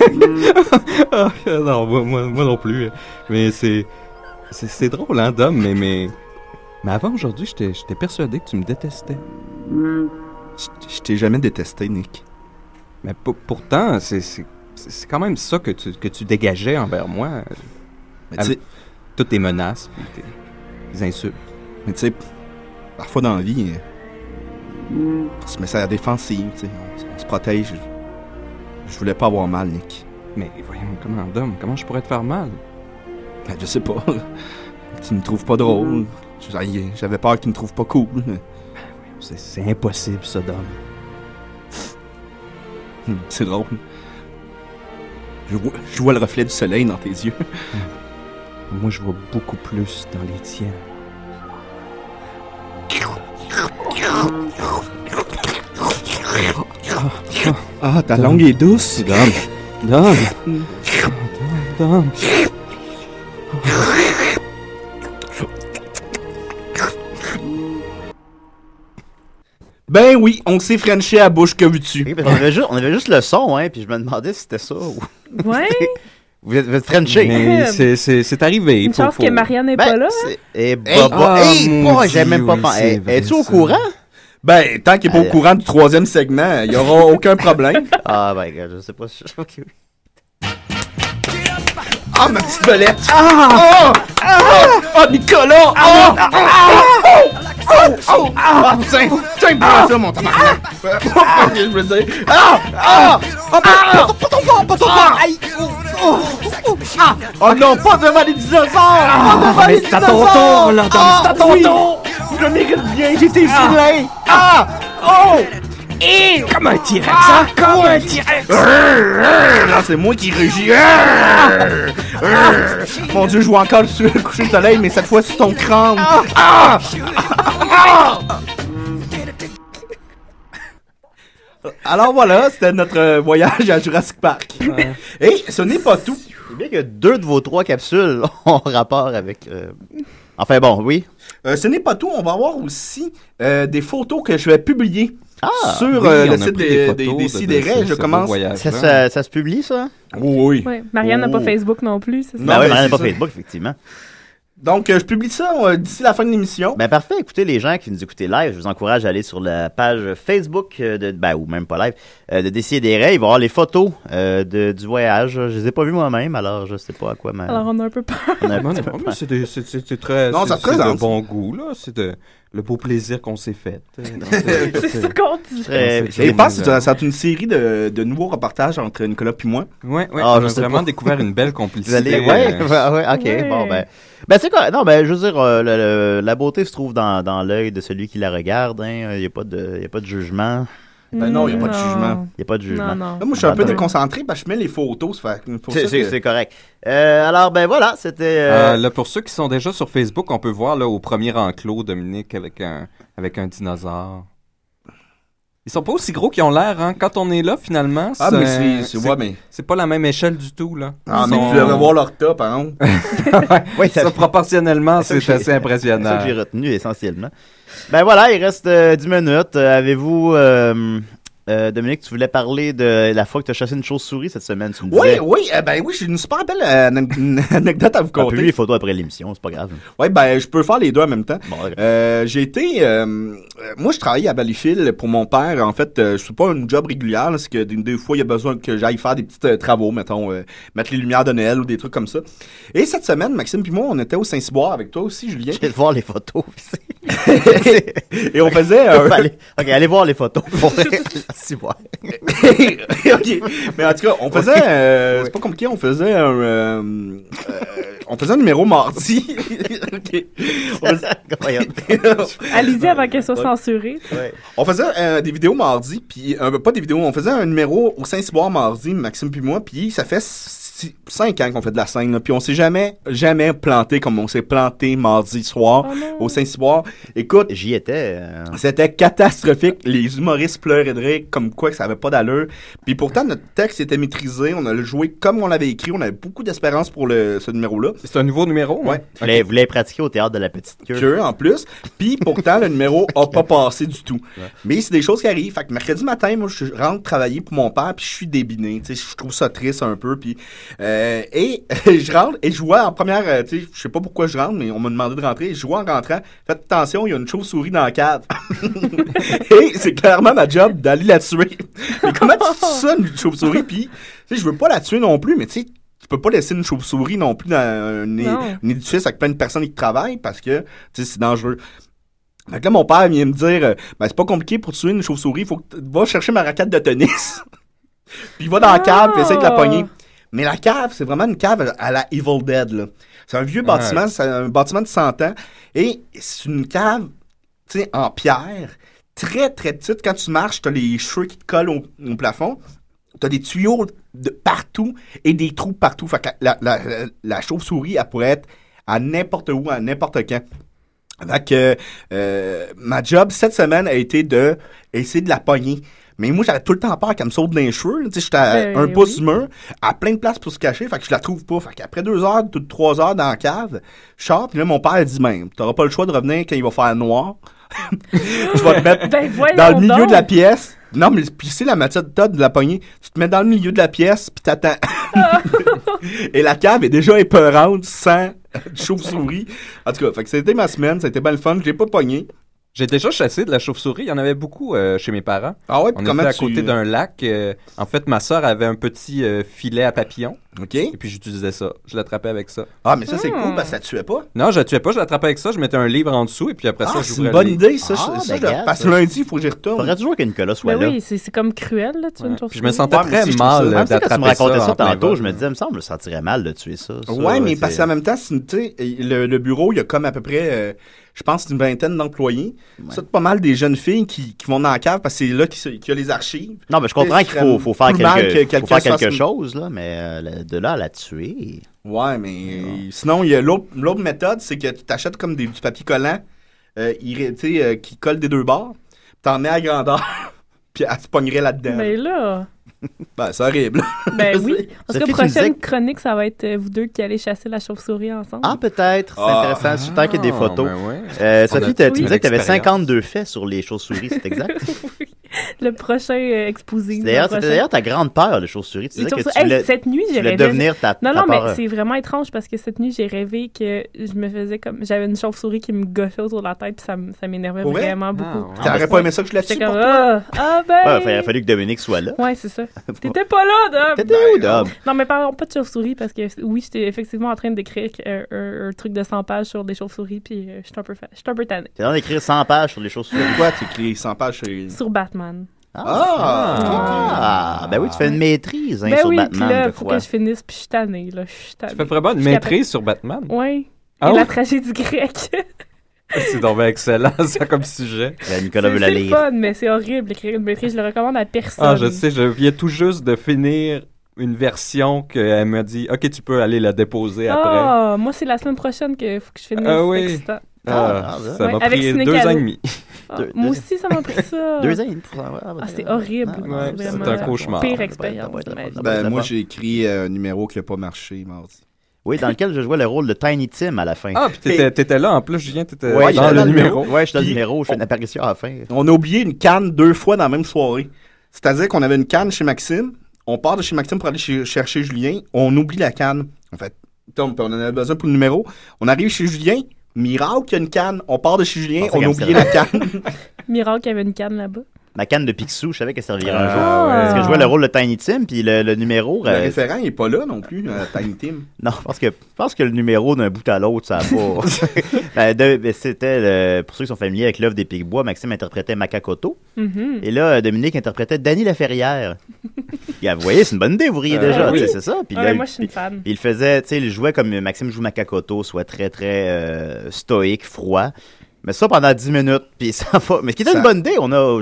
Non, moi non plus. Mais c'est drôle, hein, Dom, mais avant aujourd'hui, j'étais persuadé que tu me détestais. Je t'ai jamais détesté, Nick. Mais pourtant, c'est quand même ça que tu dégageais envers moi. Mais toutes tes menaces. des insultes. Mais tu sais, parfois dans la vie, on se met ça à la défensive, tu sais, on se protège. Je voulais pas avoir mal, Nick. Mais voyons, comment je pourrais te faire mal? Ben, je sais pas. Tu me trouves pas drôle. J'avais peur que tu me trouves pas cool. C'est impossible, ça, Dom. C'est drôle. Je vois le reflet du soleil dans tes yeux. Moi, je vois beaucoup plus dans les tiens. Ah, ta langue est douce. Dom. Ben oui, on s'est frenché à bouche, que veux-tu? Oui, on avait juste le son, hein, puis je me demandais si c'était ça ou... Ouais. Vous êtes frenché. Mais c'est arrivé. Une chance que Marianne n'est pas là. J'ai même pas pensé. Es-tu au courant? Ben, tant qu'il n'est pas au courant du 3e segment, il n'y aura aucun problème. Ah, ben, je sais pas. Ah, ma petite belette! Ah, Nicolas! Tiens, prends ça, mon tabarnak! Je veux dire... Pas ton fort! Oh non, pas devant les dinosaures! Mais c'est à ton tour, là, c'est à ton tour! Je le mérite bien, j'ai été vilain! Comme un T-Rex, hein? Comme un T-Rex! Là, c'est moi qui rugis! Mon Dieu, je vois encore le coucher de soleil, mais cette fois sur ton crâne! Alors voilà, c'était notre voyage à Jurassic Park. Et ce n'est pas tout. C'est bien que 2 de vos 3 capsules ont rapport avec... Enfin bon, oui. Ce n'est pas tout, on va avoir aussi des photos que je vais publier sur le site des Sidérés. Je commence. Ça se publie, ça? Oui. Marianne n'a pas Facebook non plus, c'est ça? Ben oui, Marianne n'a pas Facebook, effectivement. Donc, je publie ça d'ici la fin de l'émission. Ben parfait. Écoutez, les gens qui nous écoutez live, je vous encourage à aller sur la page Facebook, ou même pas live, de Décidérés. Il va y avoir les photos du voyage. Je les ai pas vues moi-même, alors je sais pas à quoi. Alors, on a un peu peur. C'est très... Non, ça c'est de bon goût, là. C'est le beau plaisir qu'on s'est fait. C'est ça qu'on dit. Et je pense que c'est une série de nouveaux reportages entre Nicolas et moi. Oui, on a vraiment découvert une belle complicité. OK, bon, ben c'est quoi? Non, ben je veux dire, la beauté se trouve dans l'œil de celui qui la regarde. Il n'y a pas de jugement. Ben non, il n'y a pas de jugement. Il n'y a pas de jugement. Non. Là, moi, je suis un peu déconcentré parce que je mets les photos. C'est correct. Alors, ben voilà, c'était... Là, pour ceux qui sont déjà sur Facebook, on peut voir là, au premier enclos, Dominique, avec un dinosaure. Ils sont pas aussi gros qu'ils ont l'air, hein. Quand on est là, finalement, c'est pas la même échelle du tout, là. Ah, mais tu devrais voir leur top, hein. Oui, ça proportionnellement, c'est assez impressionnant. C'est ça que j'ai retenu, essentiellement. Ben voilà, il reste 10 minutes. Avez-vous... Dominique, tu voulais parler de la fois que tu as chassé une chauve-souris cette semaine, tu me disais. Oui, j'ai une super belle anecdote à vous conter. Publie les photos après l'émission, c'est pas grave. Oui, ben je peux faire les deux en même temps. Bon, j'ai été... moi, je travaillais à Valleyfield pour mon père. En fait, je suis pas une job régulière, là, c'est que des fois, il y a besoin que j'aille faire des petits travaux, mettons, mettre les lumières de Noël ou des trucs comme ça. Et cette semaine, Maxime puis moi, on était au Saint-Cyboire avec toi aussi, Julien. Je vais voir les photos. Et on faisait... allez voir les photos. OK. Mais en tout cas, on faisait... c'est pas compliqué, on faisait un numéro mardi. OK. Allez-y avant qu'elle soit censurée. Ouais. On faisait des vidéos mardi, puis... pas des vidéos, on faisait un numéro au Saint-Cyboire mardi, Maxime puis moi, puis ça fait 5 ans qu'on fait de la scène, là, puis on s'est jamais planté comme on s'est planté mardi soir au Saint-Cyboire. Écoute... J'y étais. C'était catastrophique. Les humoristes pleuraient de rire comme quoi que ça avait pas d'allure. Puis pourtant, notre texte était maîtrisé. On a joué comme on l'avait écrit. On avait beaucoup d'espérance pour ce numéro-là. C'est un nouveau numéro? Ouais. Vous l'avez pratiqué au théâtre de la Petite Queue. En plus. Puis pourtant, le numéro a pas passé du tout. Ouais. Mais c'est des choses qui arrivent. Fait que mercredi matin, moi, je rentre travailler pour mon père, puis je suis débiné. Tu sais, je trouve ça triste un peu. Puis et je rentre et je vois en première, tu sais, je sais pas pourquoi je rentre, mais on m'a demandé de rentrer. Et je vois en rentrant, faites attention, il y a une chauve-souris dans la cave. Et c'est clairement ma job d'aller la tuer. Mais comment tu tues ça, une chauve-souris? Puis, tu sais, je veux pas la tuer non plus, mais tu sais, peux pas laisser une chauve-souris non plus dans un édifice avec plein de personnes qui travaillent parce que c'est dangereux. Fait que là, mon père vient me dire c'est pas compliqué pour tuer une chauve-souris, faut que va chercher ma raquette de tennis. Puis il va dans la cave puis essaie de la pogner. Mais la cave, c'est vraiment une cave à la Evil Dead, là. C'est un vieux bâtiment, c'est un bâtiment de 100 ans. Et c'est une cave, tu sais, en pierre, très, très petite. Quand tu marches, t'as les cheveux qui te collent au plafond. T'as des tuyaux de partout et des trous partout. Fait que la chauve-souris, elle pourrait être à n'importe où, à n'importe quand. Fait que ma job cette semaine a été de essayer de la pogner. Mais moi, j'avais tout le temps peur qu'elle me saute dans les cheveux. Tu sais, j'étais à un pouce du mur, à plein de places pour se cacher. Fait que je la trouve pas. Fait qu'après 2 heures, 3 heures dans la cave, je sors. Puis là, mon père a dit, t'auras pas le choix de revenir quand il va faire noir. Tu vas te mettre dans le milieu de la pièce. Non, mais puis c'est la méthode de la poignée. Tu te mets dans le milieu de la pièce, puis t'attends. Et la cave est déjà épeurante sans chauve-souris. En tout cas, fait que c'était ma semaine. Ça a été bien le fun. Je l'ai pas pogné. J'ai déjà chassé de la chauve-souris. Il y en avait beaucoup chez mes parents. Ah ouais, on était à côté d'un lac. En fait, ma sœur avait un petit filet à papillons. OK. Et puis, j'utilisais ça. Je l'attrapais avec ça. Ah, mais ça, c'est cool parce que ça ne tuait pas. Non, je la tuais pas. Je l'attrapais avec ça. Je mettais un livre en dessous et puis après ça, j'ouvrais c'est une bonne idée, ça. Parce que lundi, il faut que j'y retourne. Faudrait toujours que Nicolas soit là. Oui, c'est comme cruel, là, tuer une chauve-souris. Je me sentais très mal d'attraper ça. Quand tu me racontais ça tantôt, je me disais, il me semble, je me sentirais mal de tuer ça. Ouais, mais parce qu'en même temps, tu sais, le bureau, il y a comme à peu près... je pense une vingtaine d'employés. Ouais. Ça, c'est pas mal des jeunes filles qui vont dans la cave parce que c'est là qu'il y a les archives. Non, mais je comprends qu'il faut faire quelque chose, là, mais de là à la tuer... Ouais, mais sinon, il y a l'autre méthode, c'est que tu t'achètes comme du papier collant qui colle des 2 bords, t'en mets à grandeur, puis elle se pognerait là-dedans. Mais là... c'est horrible. Ben oui. En tout cas, prochaine chronique, ça va être vous deux qui allez chasser la chauve-souris ensemble. Ah, peut-être. C'est intéressant. Tant qu'il y a des photos. Sophie, tu disais que tu avais 52 faits sur les chauves-souris, c'est exact? Oui. Le prochain exposé. C'était d'ailleurs ta grande peur, les chauves-souris. Tu disais que tu voulais, cette nuit, j'ai rêvé... devenir ta Non, peur. mais c'est vraiment étrange parce que cette nuit, j'ai rêvé que je me faisais comme... J'avais une chauve-souris qui me gossait autour de la tête puis ça m'énervait vraiment beaucoup. T'aurais pas aimé ça que je la tue pour toi? Il aurait fallu que Dominique soit là. Ouais, c'est ça. T'étais pas là, Dom! T'étais où, Dom? Non, mais parlons pas de chauve-souris parce que oui, j'étais effectivement en train d'écrire un truc de 100 pages sur des chauves-souris puis je suis un peu tanné. T'es en train d'écrire 100 pages sur les chauves-souris? Pourquoi tu écris 100 pages sur Batman? Ben oui, tu fais une maîtrise sur oui, Batman. Puis là, il faut que je finisse, puis je suis tannée. Tu fais vraiment une maîtrise sur Batman? Oui. Et la tragédie grecque. C'est donc excellent, ça, comme sujet. Nicolas veut la lire. C'est fun, mais c'est horrible d'écrire une maîtrise. Je le recommande à personne. Ah, je sais, je viens tout juste de finir une version qu'elle m'a dit « OK, tu peux aller la déposer après. » Ah, moi, c'est la semaine prochaine qu'il faut que je finisse. Oui. C'est excitant. Ça m'a pris 2 ans et demi. Moi aussi, ça m'a pris ça. 2 ans et demi. C'est horrible. C'est un cauchemar. Pire expérience. Moi, j'ai écrit un numéro qui n'a pas marché mardi. Oui, dans lequel je jouais le rôle de Tiny Tim à la fin. Ah, puis t'étais là en plus, Julien, t'étais dans le numéro. Ouais, je suis dans le numéro, je fais une apparition à la fin. On a oublié une canne 2 fois dans la même soirée. C'est-à-dire qu'on avait une canne chez Maxime, on part de chez Maxime pour aller chercher Julien, on oublie la canne. En fait, on en avait besoin pour le numéro. On arrive chez Julien, miracle, il y a une canne. On part de chez Julien, on a oublié la canne. Miracle, il y avait une canne là-bas. Ma canne de Picsou, je savais qu'elle servirait un jour. Parce que je jouais le rôle de Tiny Tim, puis le numéro... Le référent, il n'est pas là non plus, Tiny Tim. Non, je pense que le numéro d'un bout à l'autre, ça n'a pas... C'était, pour ceux qui sont familiers avec l'œuvre des Picbois, Maxime interprétait Macacoto. Et là, Dominique interprétait Danny Laferrière. Vous voyez, c'est une bonne idée, vous riez déjà, c'est ça. Puis là, moi, je suis une fan. Il faisait, tu sais, il jouait comme Maxime joue Macacoto, soit très, très stoïque, froid. Mais ça pendant 10 minutes, puis ça va. Mais ce qui était une bonne idée,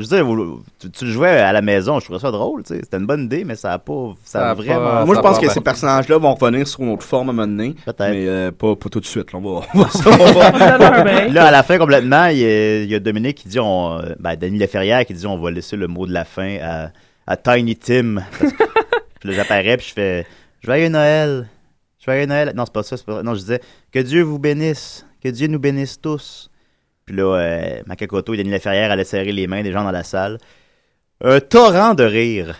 tu le jouais à la maison, je trouvais ça drôle, tu sais. C'était une bonne idée, mais ça a pas. Ça a vraiment. Moi, je pense que ces personnages-là vont revenir sur une autre forme à un moment donné. Peut-être. Mais pas tout de suite. Là, on va là, à la fin, complètement, il y a Dominique qui dit Danny Laferrière qui dit on va laisser le mot de la fin à Tiny Tim. Puis là, j'apparais, puis je fais Joyeux Noël. Joyeux Noël. Non, c'est pas ça. Non, je disais que Dieu vous bénisse. Que Dieu nous bénisse tous. Puis là, Macacoto et Danny Laferrière allaient serrer les mains des gens dans la salle. Un torrent de rire.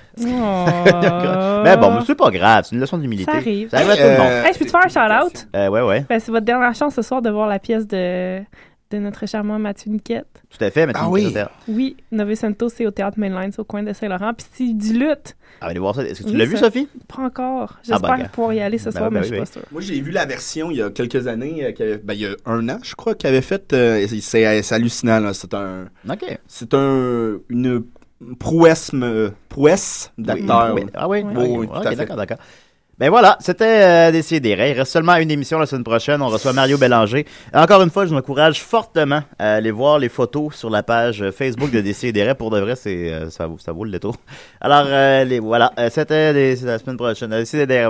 Mais bon, c'est pas grave, c'est une leçon d'humilité. Ça arrive. Ça arrive à tout le monde. Je peux te faire un shout-out? Ouais. C'est votre dernière chance ce soir de voir la pièce de de notre charmant Mathieu Niquette. Tout à fait, Mathieu Niquette. Oui, Novecento, c'est au Théâtre Mainline, c'est au coin de Saint-Laurent. Puis c'est du lutte. Allez voir ça. Est-ce que tu l'as vu, Sophie? Pas encore. J'espère pouvoir y aller ce soir, mais je suis pas sûre. Moi, j'ai vu la version il y a quelques années, il y a 1 an, je crois, qu'il avait fait. C'est hallucinant, là. C'est une prouesse d'acteur. Oui. Ah oui? Oui, tout à fait. D'accord. Ben voilà, c'était Décidérez. Il reste seulement une émission la semaine prochaine. On reçoit Mario Bélanger. Encore une fois, je vous encourage fortement à aller voir les photos sur la page Facebook de Décidérez. Pour de vrai, ça vaut le détour. Alors, voilà, c'était la semaine prochaine. Décidérez.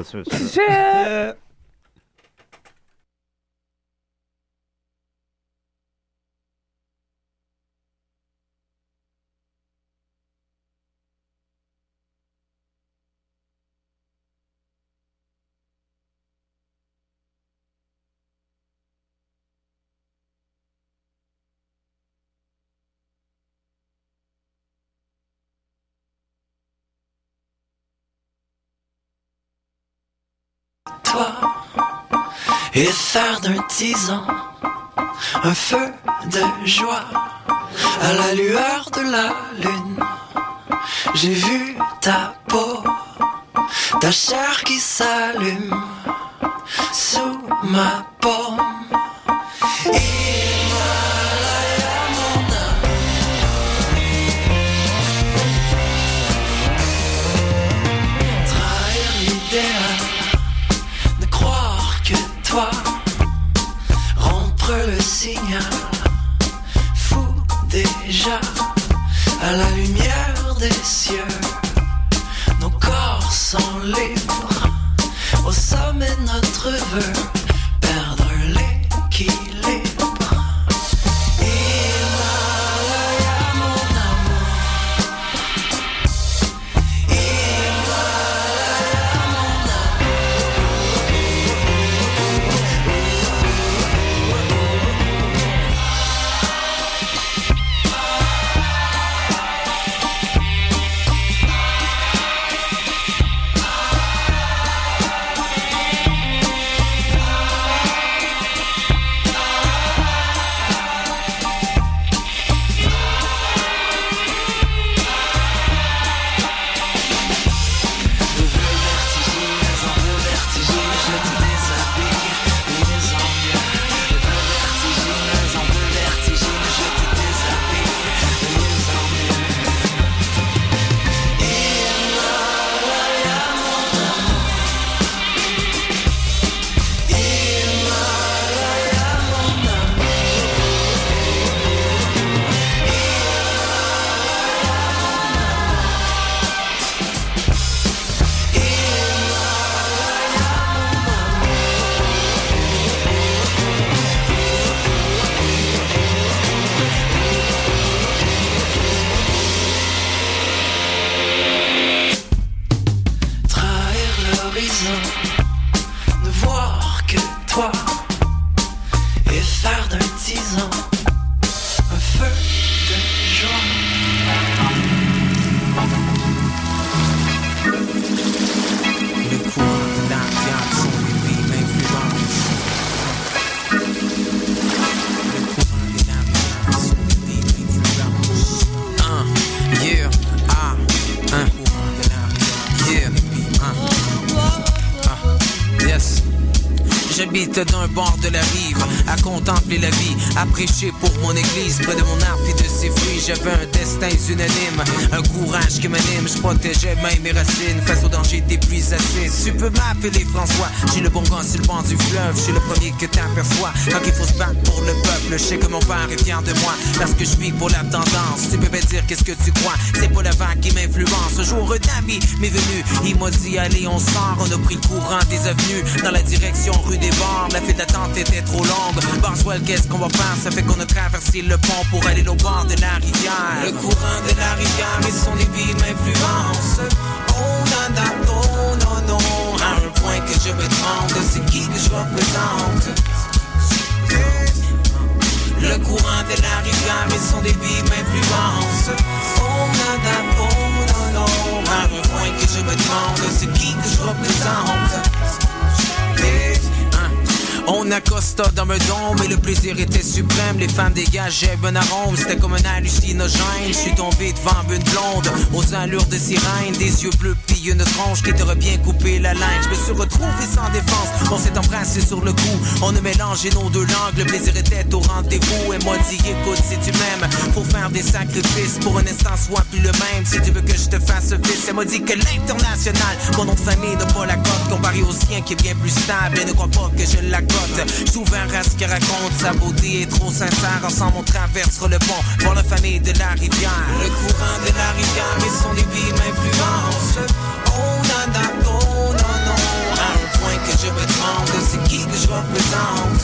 Et faire d'un tisan un feu de joie à la lueur de la lune. J'ai vu ta peau, ta chair qui s'allume sous ma paume. Rompre le signal, fou déjà, à la lumière des cieux, nos corps sont libres, au sommet de notre vœu, perdre l'équilibre. D'un bord de la rive, à contempler la vie, à prêcher pour mon église, près de mon arbre et de ses fruits. J'avais un destin unanime, un courage qui m'anime. Je protégeais même mes racines face au danger des pluies acides. Tu peux m'appeler François, j'ai le bon gars sur le banc du fleuve. Je suis le premier que t'aperçois quand il faut se battre pour le peuple. Je sais que mon père est fier de moi parce que je vis pour la tendance. Tu peux me dire qu'est-ce que tu crois, c'est pas la vague qui m'influence. Un jour un ami m'est venu, il m'a dit allez on sort. On a pris le courant des avenues dans la direction rue des Bords. La file d'attente était trop longue. Boswell, qu'est-ce qu'on va faire? Ça fait qu'on a traversé le pont pour aller au bord de la rivière. Le courant de la rivière et son débit m'influence. Oh nana, oh non, non. À un point que je me demande, c'est qui que je représente? Le courant de la rivière et son débit m'influence. Oh nana, oh non, non. À un point que je me demande, c'est qui que je représente? On accosta dans me dôme et le plaisir était suprême. Les femmes dégageaient un arôme, c'était comme un hallucinogène. Je suis tombé devant une blonde aux allures de sirène, des yeux bleus puis une tronche qui t'aurait bien coupé la laine. Je me suis retrouvé sans défense, on s'est embrassé sur le cou. On a mélangé nos deux langues, le plaisir était au rendez-vous. Elle m'a dit écoute si tu m'aimes, faut faire des sacrifices pour un instant soit plus le même. Si tu veux que je te fasse fils, elle m'a dit que l'international, mon nom de famille n'a pas la cote comparé au sien qui est bien plus stable. Et ne crois pas que je la cote. Je suis ouvert à ce qu'elle raconte, sa beauté est trop sincère. Ensemble on traversera le pont, voir la famille de la rivière. Le courant de la rivière et son débit m'influence. Oh nana, oh non non, à un point que je me demande c'est qui que je représente.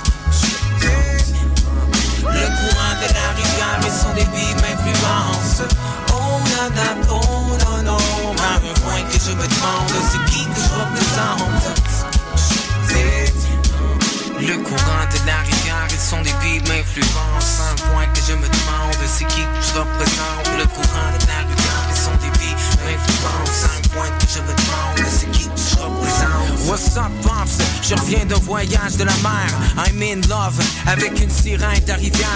Le courant de la rivière et son débit m'influence. Oh nana, oh non non, à un point que je me demande c'est qui que je représente. Le courant de la rivière et son débit m'influence. Un point que je me demande c'est qui que je représente. Le courant de la rivière et son débit m'influence. Un point que je me demande c'est qui que je représente. What's up, Pops? Je reviens d'un voyage de la mer. I'm in love avec une sirène de la rivière.